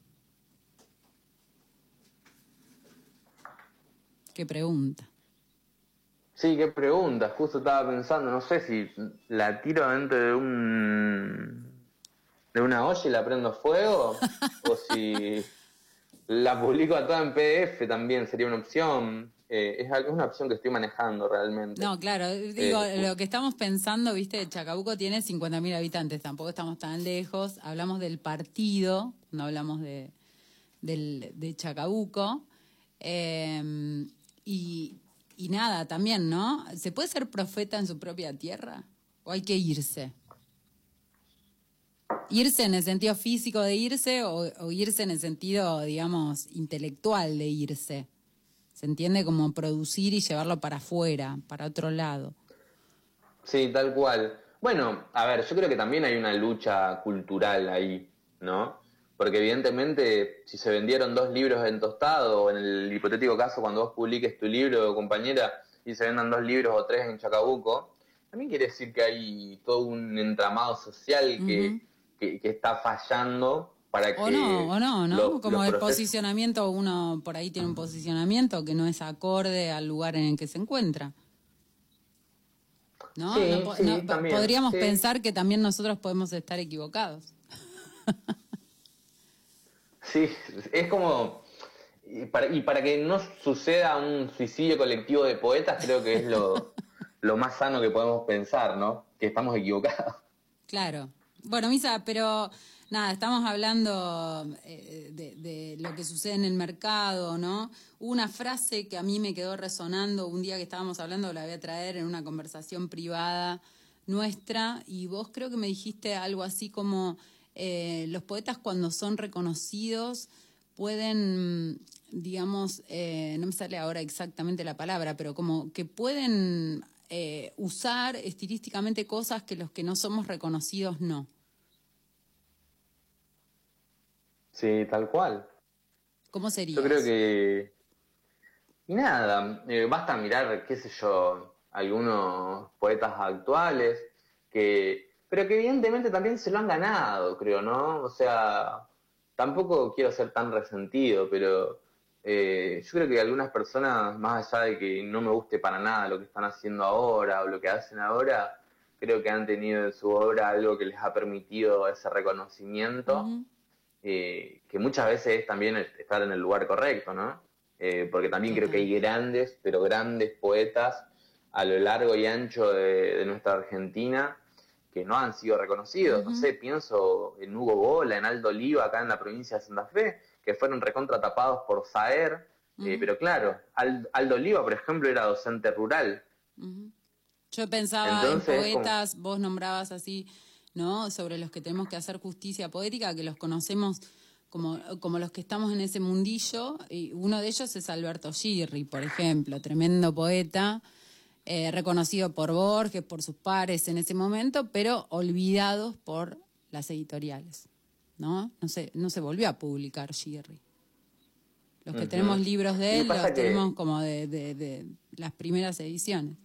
¿Qué pregunta? Sí, qué pregunta. Justo estaba pensando, no sé si la tiro dentro de un de una olla y la prendo fuego o si la publico toda en P D F también sería una opción. Eh, es, algo- es una opción que estoy manejando realmente. No, claro, digo, Eh, lo que estamos pensando, viste, Chacabuco tiene cincuenta mil habitantes, tampoco estamos tan lejos, hablamos del partido, no hablamos de, del, de Chacabuco, eh, y, y nada, también, ¿no? ¿Se puede ser profeta en su propia tierra? ¿O hay que irse? ¿Irse en el sentido físico de irse o, o irse en el sentido, digamos, intelectual de irse? ¿Se entiende? Como producir y llevarlo para afuera, para otro lado. Sí, tal cual. Bueno, a ver, yo creo que también hay una lucha cultural ahí, ¿no? Porque evidentemente, si se vendieron dos libros en Tostado, o en el hipotético caso cuando vos publiques tu libro, compañera, y se vendan dos libros o tres en Chacabuco, también quiere decir que hay todo un entramado social que, Ujú. que, que está fallando para que... O no, o no, ¿no? los- Como los el procesos- posicionamiento, uno por ahí tiene un posicionamiento que no es acorde al lugar en el que se encuentra. ¿No? Sí, No po- sí, no, también, podríamos sí. pensar que también nosotros podemos estar equivocados. Sí, es como... Y para, y para que no suceda un suicidio colectivo de poetas, creo que es lo, lo más sano que podemos pensar, ¿no? Que estamos equivocados. Claro. Bueno, Misa, pero nada, estamos hablando eh, de, de lo que sucede en el mercado, ¿no? Hubo una frase que a mí me quedó resonando un día que estábamos hablando, la voy a traer en una conversación privada nuestra, y vos creo que me dijiste algo así como eh, los poetas cuando son reconocidos pueden, digamos, eh, no me sale ahora exactamente la palabra, pero como que pueden eh, usar estilísticamente cosas que los que no somos reconocidos no. Sí, tal cual. ¿Cómo sería? Yo creo eso? que... Y nada, eh, basta mirar, qué sé yo, algunos poetas actuales, que pero que evidentemente también se lo han ganado, creo, ¿no? O sea, tampoco quiero ser tan resentido, pero eh, yo creo que algunas personas, más allá de que no me guste para nada lo que están haciendo ahora o lo que hacen ahora, creo que han tenido en su obra algo que les ha permitido ese reconocimiento, Ujú. eh, que muchas veces es también estar en el lugar correcto, ¿no? Eh, porque también creo que hay grandes, pero grandes poetas a lo largo y ancho de, de nuestra Argentina que no han sido reconocidos. Uh-huh. No sé, pienso en Hugo Bola, en Aldo Oliva, acá en la provincia de Santa Fe, que fueron recontra tapados por Saer. Uh-huh. Eh, pero claro, Aldo Oliva, por ejemplo, era docente rural. Uh-huh. Yo pensaba Entonces, en poetas, como... vos nombrabas así, ¿no? Sobre los que tenemos que hacer justicia poética, que los conocemos como, como los que estamos en ese mundillo, y uno de ellos es Alberto Girri, por ejemplo, tremendo poeta, eh, reconocido por Borges, por sus pares en ese momento, pero olvidados por las editoriales, ¿no? No se, no se volvió a publicar Girri. Los que uh-huh. tenemos libros de él, los que... tenemos como de, de, de las primeras ediciones.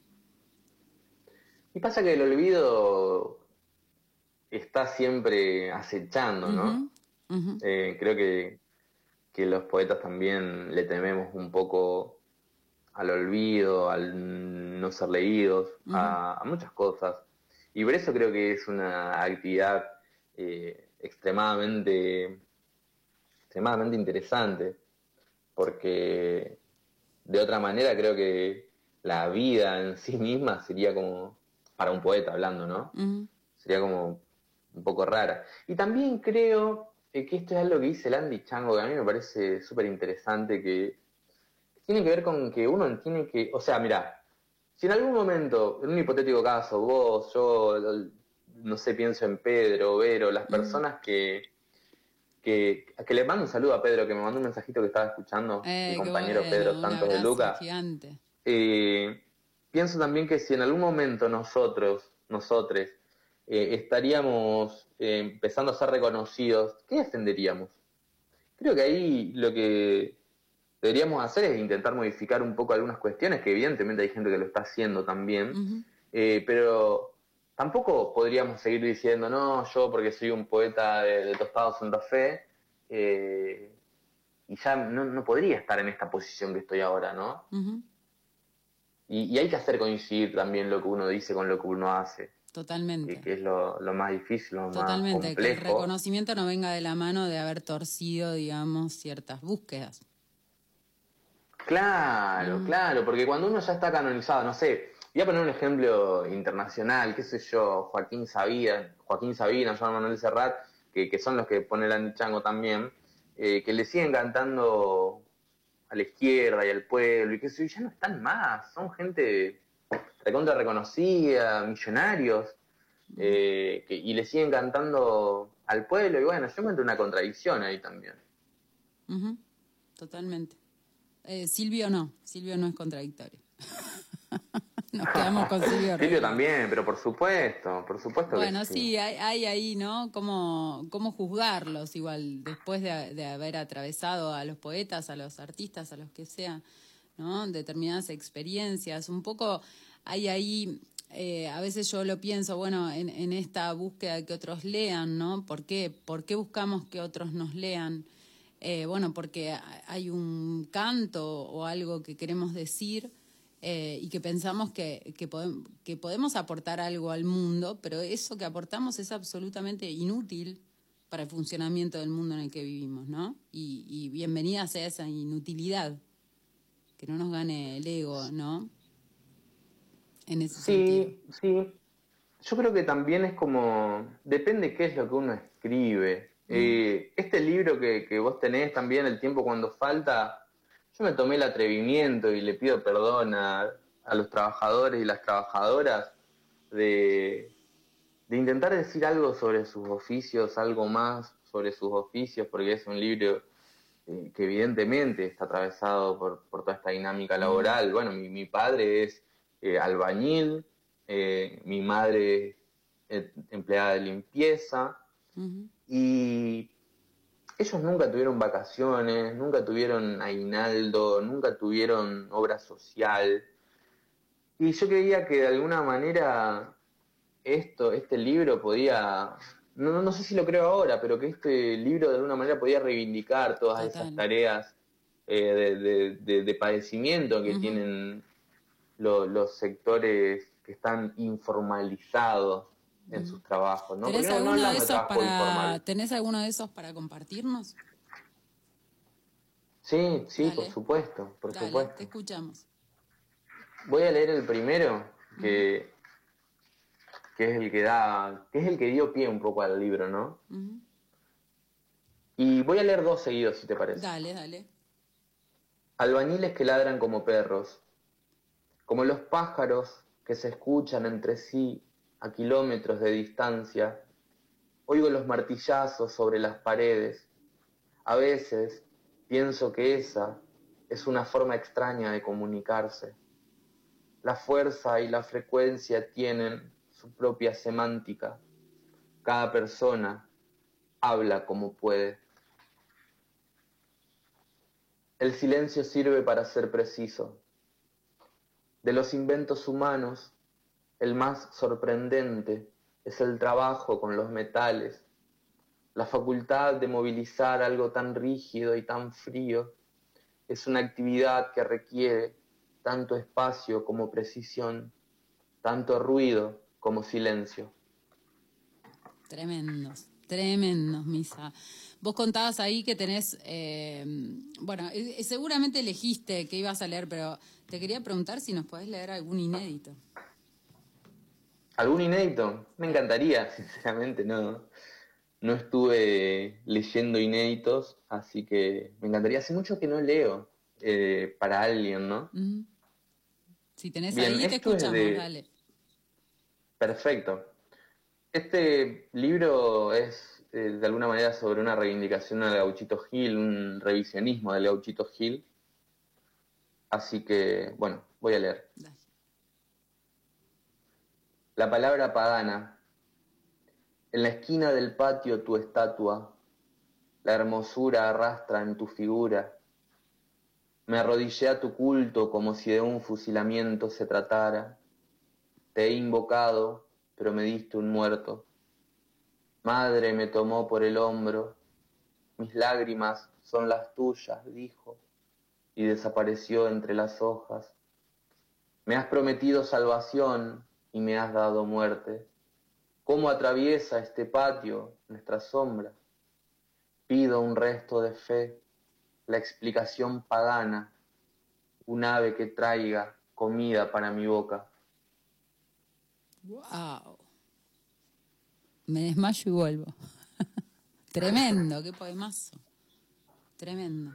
Y pasa que el olvido está siempre acechando, ¿no? Uh-huh. Uh-huh. Eh, creo que, que los poetas también le tememos un poco al olvido, al no ser leídos, uh-huh. a, a muchas cosas. Y por eso creo que es una actividad eh, extremadamente, extremadamente interesante. Porque de otra manera creo que la vida en sí misma sería como, para un poeta hablando, ¿no? Uh-huh. Sería como un poco rara. Y también creo eh, que esto es algo que dice el Andy Chango, que a mí me parece súper interesante, que tiene que ver con que uno tiene que... O sea, mirá, si en algún momento, en un hipotético caso, vos, yo, no sé, pienso en Pedro, Vero, las personas uh-huh. que... Que, que le mando un saludo a Pedro, que me mandó un mensajito que estaba escuchando, eh, mi compañero bueno, Pedro Santos de Luca. Gigante. Eh, pienso también que si en algún momento nosotros, nosotres, eh, estaríamos eh, empezando a ser reconocidos, ¿qué defenderíamos? Creo que ahí lo que deberíamos hacer es intentar modificar un poco algunas cuestiones, que evidentemente hay gente que lo está haciendo también, uh-huh. eh, pero... Tampoco podríamos seguir diciendo, no, yo porque soy un poeta de, de Tostado Santa Fe, eh, y ya no, no podría estar en esta posición que estoy ahora, ¿no? Uh-huh. Y, y hay que hacer coincidir también lo que uno dice con lo que uno hace. Totalmente. Que, que es lo, lo más difícil, lo Totalmente, más complejo. Que el reconocimiento no venga de la mano de haber torcido, digamos, ciertas búsquedas. Claro, uh-huh. claro, porque cuando uno ya está canonizado, no sé... Voy a poner un ejemplo internacional, qué sé yo, Joaquín Sabina, Joaquín Sabina, Joan Manuel Serrat, que, que son los que pone el Andy Chango también, eh, que le siguen cantando a la izquierda y al pueblo, y qué sé yo, ya no están más, son gente recontra reconocida, millonarios, eh, que, y le siguen cantando al pueblo, y bueno, yo encuentro una contradicción ahí también. Uh-huh. Totalmente. Eh, Silvio no, Silvio no es contradictorio. Nos quedamos con Silvio. Silvio también, pero por supuesto, por supuesto bueno, que sí. sí, hay, hay ahí, ¿no? Cómo, cómo juzgarlos igual, después de, de haber atravesado a los poetas, a los artistas, a los que sea, ¿no? Determinadas experiencias. Un poco hay ahí, eh, a veces yo lo pienso, bueno, en, en esta búsqueda de que otros lean, ¿no? ¿Por qué? ¿Por qué buscamos que otros nos lean? Eh, bueno, porque hay un canto o algo que queremos decir, Eh, y que pensamos que, que, podem, que podemos aportar algo al mundo, pero eso que aportamos es absolutamente inútil para el funcionamiento del mundo en el que vivimos, ¿no? Y, y bienvenida sea esa inutilidad, que no nos gane el ego, ¿no? En ese sí, sentido. Sí, yo creo que también es como, depende qué es lo que uno escribe. Mm. Eh, este libro que, que vos tenés también, El tiempo cuando falta... Yo me tomé el atrevimiento y le pido perdón a, a los trabajadores y las trabajadoras de, de intentar decir algo sobre sus oficios, algo más sobre sus oficios, porque es un libro eh, que evidentemente está atravesado por, por toda esta dinámica laboral. Bueno, mi, mi padre es eh, albañil, eh, mi madre es empleada de limpieza, uh-huh. y... Ellos nunca tuvieron vacaciones, nunca tuvieron aguinaldo, nunca tuvieron obra social. Y yo creía que de alguna manera esto, este libro podía, no, no sé si lo creo ahora, pero que este libro de alguna manera podía reivindicar todas Total. esas tareas eh, de, de, de, de padecimiento que uh-huh. tienen lo, los sectores que están informalizados en sus trabajos, ¿no? ¿Tenés, no, alguno no de esos de para, ¿Tenés alguno de esos para compartirnos? Sí, sí, Dale. por supuesto, por Dale, supuesto. Te escuchamos. Voy a leer el primero, que, que es el que da, que es el que dio pie un poco al libro, ¿no? Uh-huh. Y voy a leer dos seguidos, si te parece. Dale, dale. Albañiles que ladran como perros, como los pájaros que se escuchan entre sí a kilómetros de distancia. Oigo los martillazos sobre las paredes. A veces pienso que esa es una forma extraña de comunicarse. La fuerza y la frecuencia tienen su propia semántica. Cada persona habla como puede. El silencio sirve para ser preciso. De los inventos humanos, el más sorprendente es el trabajo con los metales, la facultad de movilizar algo tan rígido y tan frío. Es una actividad que requiere tanto espacio como precisión, tanto ruido como silencio. Tremendos, tremendos, Misa. Vos contabas ahí que tenés, eh, bueno, eh, seguramente elegiste que ibas a leer, pero te quería preguntar si nos podés leer algún inédito. ¿Algún inédito? Me encantaría, sinceramente, no, no estuve leyendo inéditos, así que me encantaría. Hace mucho que no leo eh, para alguien, ¿no? Uh-huh. Si tenés Bien, ahí, te esto es escuchamos, de- dale. Perfecto. Este libro es eh, de alguna manera sobre una reivindicación del Gauchito Gil, un revisionismo del Gauchito Gil. Así que, bueno, voy a leer. Dale. La palabra pagana. En la esquina del patio tu estatua, la hermosura arrastra en tu figura. Me arrodillé a tu culto como si de un fusilamiento se tratara. Te he invocado, pero me diste un muerto. Madre me tomó por el hombro. Mis lágrimas son las tuyas, dijo, y desapareció entre las hojas. Me has prometido salvación y me has dado muerte. ¿Cómo atraviesa este patio nuestra sombra? Pido un resto de fe, la explicación pagana, un ave que traiga comida para mi boca. Wow. Me desmayo y vuelvo. Tremendo, qué poemazo. Tremendo.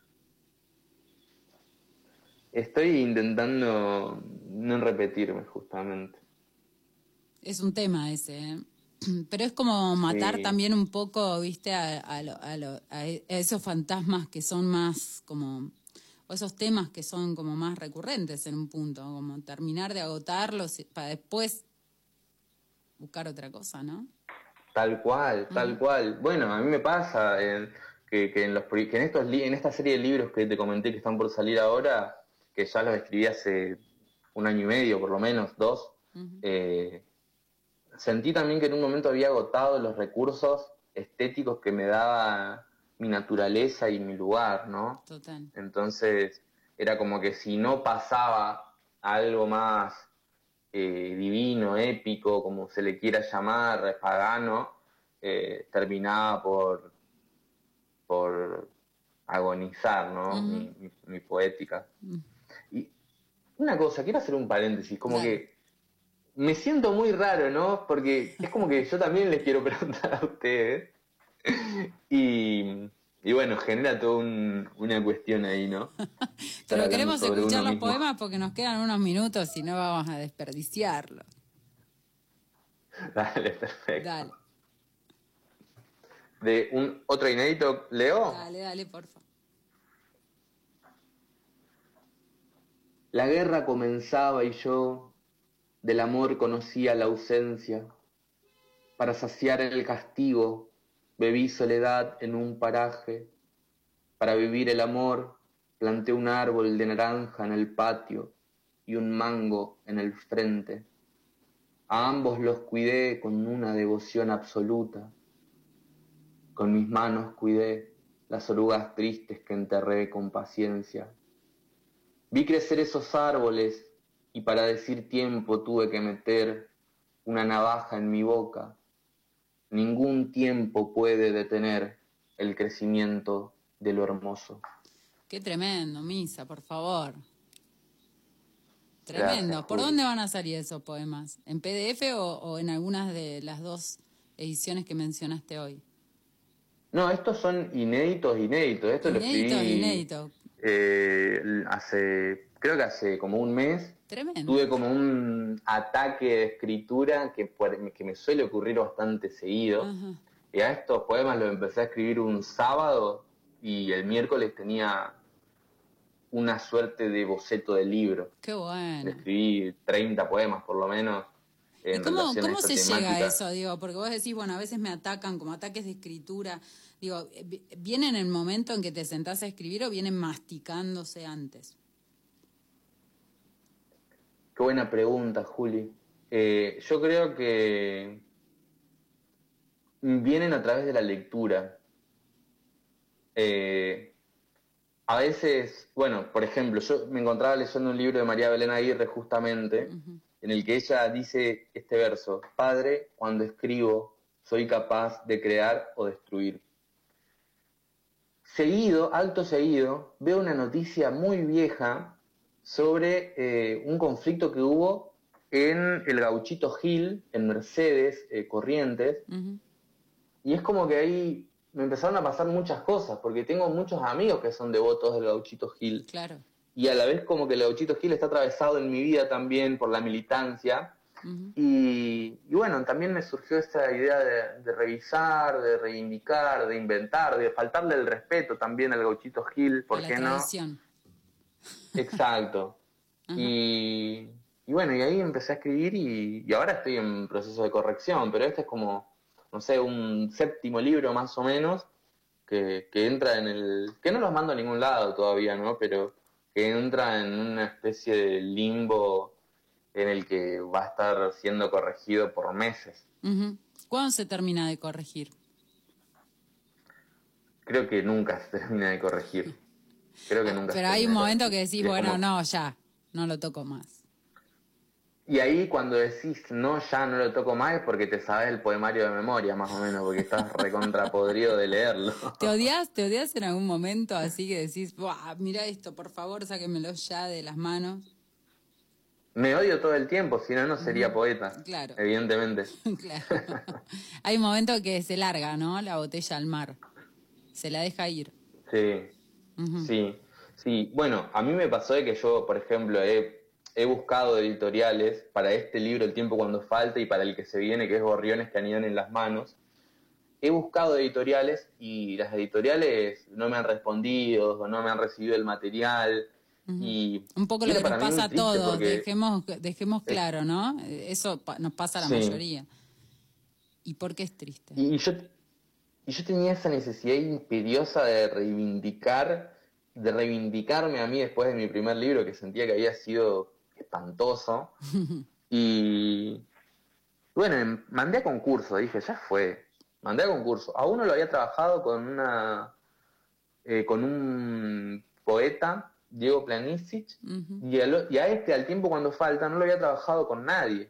Estoy intentando no repetirme, justamente. Es un tema ese, ¿eh? Pero es como matar Sí. también un poco, viste, a, a, lo- a, lo- a esos fantasmas que son más como, o esos temas que son como más recurrentes en un punto, como terminar de agotarlos para después buscar otra cosa, ¿no? Tal cual, tal Ujú. cual. Bueno, a mí me pasa eh, que, que en los pri- que en estos li- en esta serie de libros que te comenté que están por salir ahora, que ya los escribí hace un año y medio, por lo menos, dos, Ujú. eh, sentí también que en un momento había agotado los recursos estéticos que me daba mi naturaleza y mi lugar, ¿no? Total. Entonces, era como que si no pasaba a algo más eh, divino, épico, como se le quiera llamar, pagano, eh, terminaba por, por agonizar, ¿no? Ujú. mi, mi- mi poética. Mm. Y una cosa, quiero hacer un paréntesis, como Dale. que me siento muy raro, ¿no? Porque es como que yo también les quiero preguntar a ustedes. Y, y bueno, genera toda un- una cuestión ahí, ¿no? Estar Pero hablando queremos sobre escuchar uno los mismo. poemas porque nos quedan unos minutos y no vamos a desperdiciarlos. Dale, perfecto. Dale, De un otro inédito, Leo. dale, dale, porfa. La guerra comenzaba y yo del amor conocía la ausencia. Para saciar el castigo bebí soledad en un paraje. Para vivir el amor planté un árbol de naranja en el patio y un mango en el frente. A ambos los cuidé con una devoción absoluta. Con mis manos cuidé las orugas tristes que enterré con paciencia. Vi crecer esos árboles y para decir tiempo tuve que meter una navaja en mi boca. Ningún tiempo puede detener el crecimiento de lo hermoso. Qué tremendo, Misa, por favor. Tremendo. Gracias, ¿Por Juli. dónde van a salir esos poemas? ¿En P D F o, o en algunas de las dos ediciones que mencionaste hoy? No, estos son inéditos, inéditos. Esto lo Inéditos, escribí inéditos. eh, hace, creo que hace como un mes. Tremendo. Tuve como un ataque de escritura que, por- que me suele ocurrir bastante seguido. Ajá. Y a estos poemas los empecé a escribir un sábado y el miércoles tenía una suerte de boceto de libro. Qué bueno. Escribí treinta poemas por lo menos. ¿Y En cómo, relación a cómo esta se llega a temática. eso? Digo, porque vos decís, bueno, a veces me atacan como ataques de escritura. Digo, ¿viene en el momento en que te sentás a escribir o vienen masticándose antes? Qué buena pregunta, Juli. Eh, yo creo que vienen a través de la lectura. Eh, a veces, bueno, por ejemplo, yo me encontraba leyendo un libro de María Belén Aguirre justamente, Ujú. en el que ella dice este verso: Padre, cuando escribo, soy capaz de crear o destruir. Seguido, alto seguido, veo una noticia muy vieja sobre eh, un conflicto que hubo en el Gauchito Gil, en Mercedes, eh, Corrientes, Ujú. y es como que ahí me empezaron a pasar muchas cosas, porque tengo muchos amigos que son devotos del Gauchito Gil, Claro. y a la vez como que el Gauchito Gil está atravesado en mi vida también por la militancia, Ujú. y, y bueno, también me surgió esa idea de, de revisar, de reivindicar, de inventar, de faltarle el respeto también al Gauchito Gil, ¿por A la qué no? tradición. Exacto. Ajá. Y, y bueno, y ahí empecé a escribir y, y ahora estoy en proceso de corrección, pero este es como, no sé, un séptimo libro más o menos que, que entra en el... que no los mando a ningún lado todavía, ¿no? Pero que entra en una especie de limbo en el que va a estar siendo corregido por meses. Ujú. ¿Cuándo se termina de corregir? Creo que nunca se termina de corregir. Creo que nunca se Pero hay un termina de momento que corregir. decís, Y es bueno, como- no, ya, no lo toco más. Y ahí cuando decís, no, ya no lo toco más, es porque te sabes el poemario de memoria, más o menos, porque estás recontrapodrido de leerlo. ¿Te odias? ¿Te odias en algún momento así que decís, "Buah, mira esto, por favor, sáquenmelo ya de las manos"? Me odio todo el tiempo, si no, no sería poeta. Claro. Evidentemente. Claro. Hay un momento que se larga, ¿no? La botella al mar. Se la deja ir. Sí, Ujú. sí, sí. Bueno, a mí me pasó de que yo, por ejemplo, he, he buscado editoriales para este libro, El tiempo cuando falta, y para el que se viene, que es Gorriones que anidan en las manos. He buscado editoriales y las editoriales no me han respondido, o no me han recibido el material. Ujú. Y Un poco lo era que nos para mí muy pasa a triste todos, porque- dejemos, dejemos claro, ¿no? Eso pa- nos pasa a la Sí. mayoría. ¿Y por qué es triste? Y yo, y yo tenía esa necesidad imperiosa de reivindicar, de reivindicarme a mí después de mi primer libro, que sentía que había sido espantoso. Y bueno, em- mandé a concurso, dije, ya fue. Mandé a concurso. A uno lo había trabajado con una eh, con un poeta, Diego Planisic, Ujú. y, al- y a este, Al tiempo cuando falta, no lo había trabajado con nadie.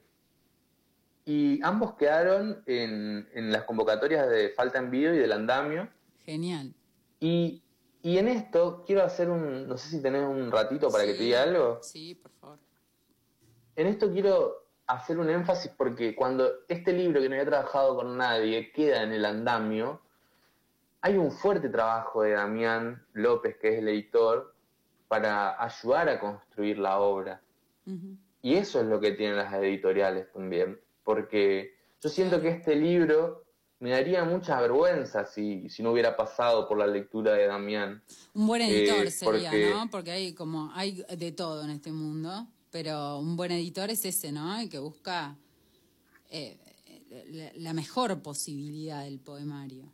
Y ambos quedaron en, en las convocatorias de Falta en Video y del Andamio. Genial. Y, y en esto quiero hacer un, no sé si tenés un ratito para que te Sí, diga algo. Sí, por favor. En esto quiero hacer un énfasis porque cuando este libro que no había trabajado con nadie queda en el Andamio, hay un fuerte trabajo de Damián López, que es el editor, para ayudar a construir la obra. Ujú. Y eso es lo que tienen las editoriales también, porque yo siento que este libro me daría mucha vergüenza si, si no hubiera pasado por la lectura de Damián. Un buen editor Eh, sería, porque- ¿no? Porque hay como hay de todo en este mundo, pero un buen editor es ese, ¿no? El que busca eh, la, la mejor posibilidad del poemario.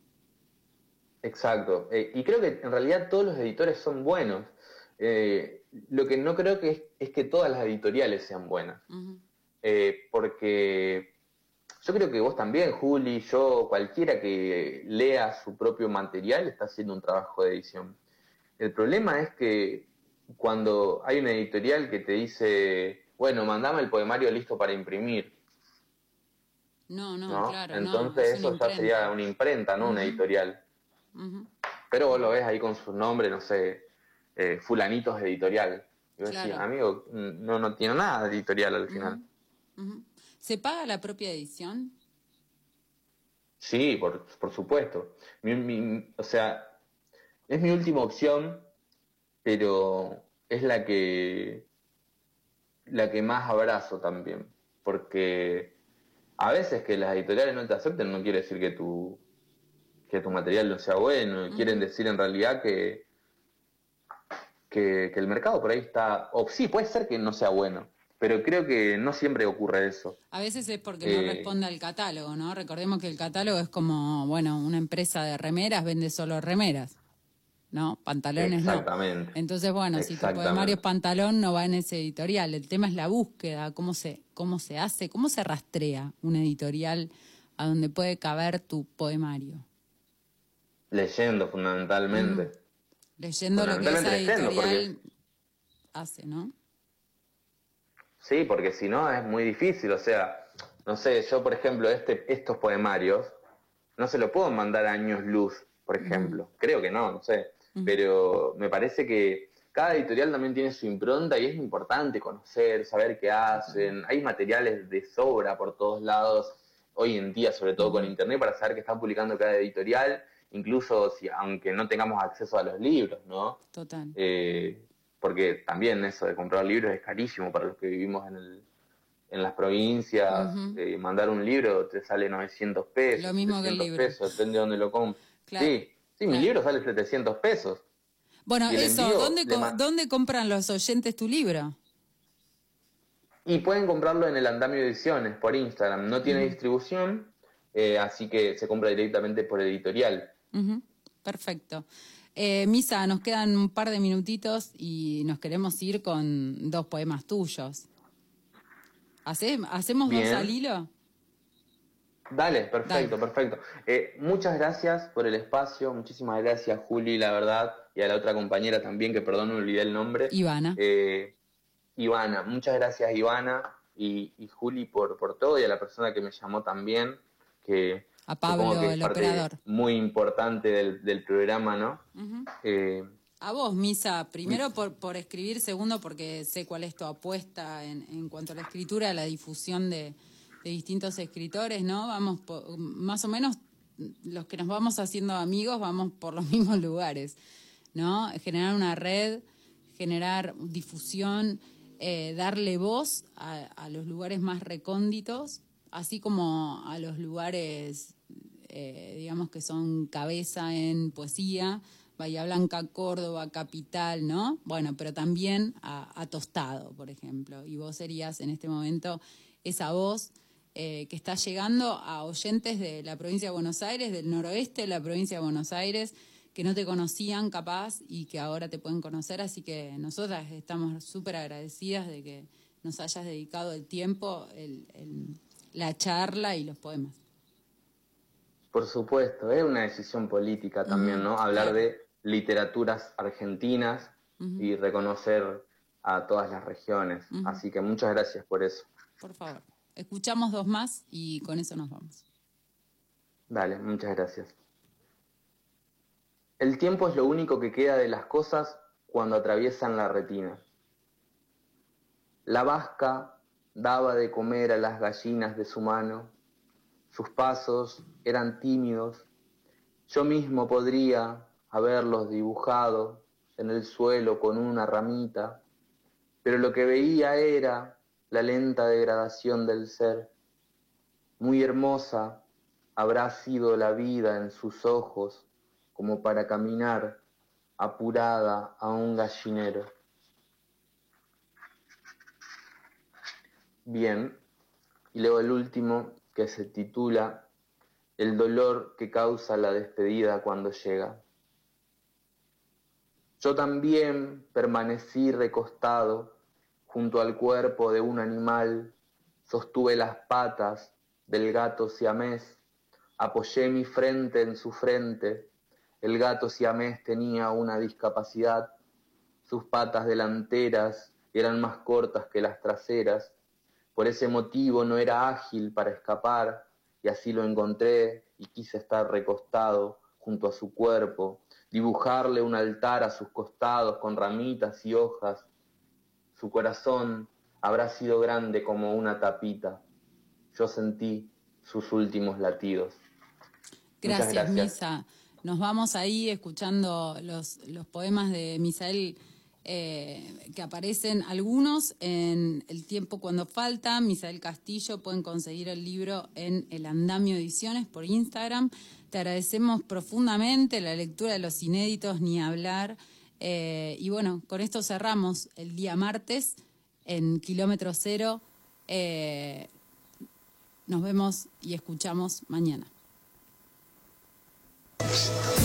Exacto. Eh, y creo que en realidad todos los editores son buenos. Eh, lo que no creo que es, es que todas las editoriales sean buenas. Ujú. Eh, porque yo creo que vos también, Juli, yo, cualquiera que lea su propio material está haciendo un trabajo de edición. El problema es que cuando hay una editorial que te dice, bueno, mandame el poemario listo para imprimir, No, no, ¿no? claro, Entonces no. eso ya sería una imprenta, no una editorial. Ujú. Pero vos lo ves ahí con su nombre, no sé, eh, Fulanitos Editorial. Y vos Claro. decís, amigo, no, no tiene nada de editorial al final. Ujú, ujú. ¿Se paga la propia edición? Sí, por, por supuesto. Mi- mi- o sea, es mi última opción, pero es la que la que más abrazo también, porque a veces que las editoriales no te acepten no quiere decir que tu que tu material no sea bueno, Ujú. quieren decir en realidad que, que que el mercado por ahí está, o sí, puede ser que no sea bueno, pero creo que no siempre ocurre eso. A veces es porque no Eh, responde al catálogo, ¿no? Recordemos que el catálogo es como, bueno, una empresa de remeras vende solo remeras, ¿no? Pantalones no. Exactamente. Entonces, bueno, si tu Exactamente. poemario es pantalón, no va en ese editorial. El tema es la búsqueda, cómo se, cómo se hace, cómo se rastrea un editorial a donde puede caber tu poemario. Leyendo fundamentalmente. Ujú. Leyendo lo que esa Fundamentalmente leyendo, editorial hace, ¿no? Sí, porque si no es muy difícil, o sea, no sé, yo por ejemplo, este, estos poemarios, no se lo puedo mandar a años luz, por ejemplo. Uh-huh. Creo que no, no sé. Uh-huh. Pero me parece que cada editorial también tiene su impronta y es importante conocer, saber qué hacen. Uh-huh. Hay materiales de sobra por todos lados, hoy en día, sobre todo uh-huh. con internet, para saber qué están publicando cada editorial, incluso si, aunque no tengamos acceso a los libros, ¿no? Total. Eh, porque también eso de comprar libros es carísimo para los que vivimos en el en las provincias. Uh-huh. eh, mandar un libro te sale novecientos pesos, lo mismo que el libro, pesos, depende de dónde lo compres. Claro. Sí, sí, claro. Mi libro sale setecientos pesos. Bueno, eso, ¿dónde, co- ma- ¿dónde compran los oyentes tu libro? Y pueden comprarlo en el Andamio Ediciones, por Instagram. No tiene uh-huh. distribución, eh, así que se compra directamente por editorial. Uh-huh. Perfecto. Eh, Misa, nos quedan un par de minutitos y nos queremos ir con dos poemas tuyos. ¿Hace, ¿Hacemos Bien. dos al hilo? Dale, perfecto, Dale. perfecto. Eh, muchas gracias por el espacio, muchísimas gracias Juli, la verdad, y a la otra compañera también, que perdón, me olvidé el nombre. Ivana. Eh, Ivana, muchas gracias Ivana y, y Juli por, por todo, y a la persona que me llamó también, que a Pablo, que es el parte operador. Muy importante del, del programa, ¿no? Uh-huh. Eh, A vos, Misa, primero por, por escribir, segundo porque sé cuál es tu apuesta en, en cuanto a la escritura, a la difusión de, de distintos escritores, ¿no? Vamos, por, más o menos, los que nos vamos haciendo amigos, vamos por los mismos lugares, ¿no? Generar una red, generar difusión, eh, darle voz a, a los lugares más recónditos, así como a los lugares, eh, digamos, que son cabeza en poesía, Bahía Blanca, Córdoba, Capital, ¿no? Bueno, pero también a, a Tostado, por ejemplo. Y vos serías en este momento esa voz eh, que está llegando a oyentes de la provincia de Buenos Aires, del noroeste de la provincia de Buenos Aires, que no te conocían capaz y que ahora te pueden conocer. Así que nosotras estamos súper agradecidas de que nos hayas dedicado el tiempo, el, el, la charla y los poemas. Por supuesto, es una decisión política también, uh-huh. ¿no? Hablar claro. de literaturas argentinas uh-huh. y reconocer a todas las regiones. Uh-huh. Así que muchas gracias por eso. Por favor. Escuchamos dos más y con eso nos vamos. Dale, muchas gracias. El tiempo es lo único que queda de las cosas cuando atraviesan la retina. La vasca daba de comer a las gallinas de su mano. Sus pasos eran tímidos. Yo mismo podría haberlos dibujado en el suelo con una ramita, pero lo que veía era la lenta degradación del ser. Muy hermosa habrá sido la vida en sus ojos, como para caminar apurada a un gallinero. Bien, y luego el último, que se titula El dolor que causa la despedida cuando llega. Yo también permanecí recostado junto al cuerpo de un animal, sostuve las patas del gato siamés, apoyé mi frente en su frente. El gato siamés tenía una discapacidad, sus patas delanteras eran más cortas que las traseras, por ese motivo no era ágil para escapar, y así lo encontré y quise estar recostado junto a su cuerpo, dibujarle un altar a sus costados con ramitas y hojas. su corazón habrá sido grande como una tapita. Yo sentí sus últimos latidos. Gracias, Muchas gracias. Misa. Nos vamos ahí escuchando los, los poemas de Misael eh, que aparecen algunos en El tiempo cuando falta. Misael Castillo, pueden conseguir el libro en El Andamio Ediciones por Instagram. Te agradecemos profundamente la lectura de los inéditos, ni hablar. Eh, y bueno, con esto cerramos el día martes en Kilómetro Cero. Eh, nos vemos y escuchamos mañana.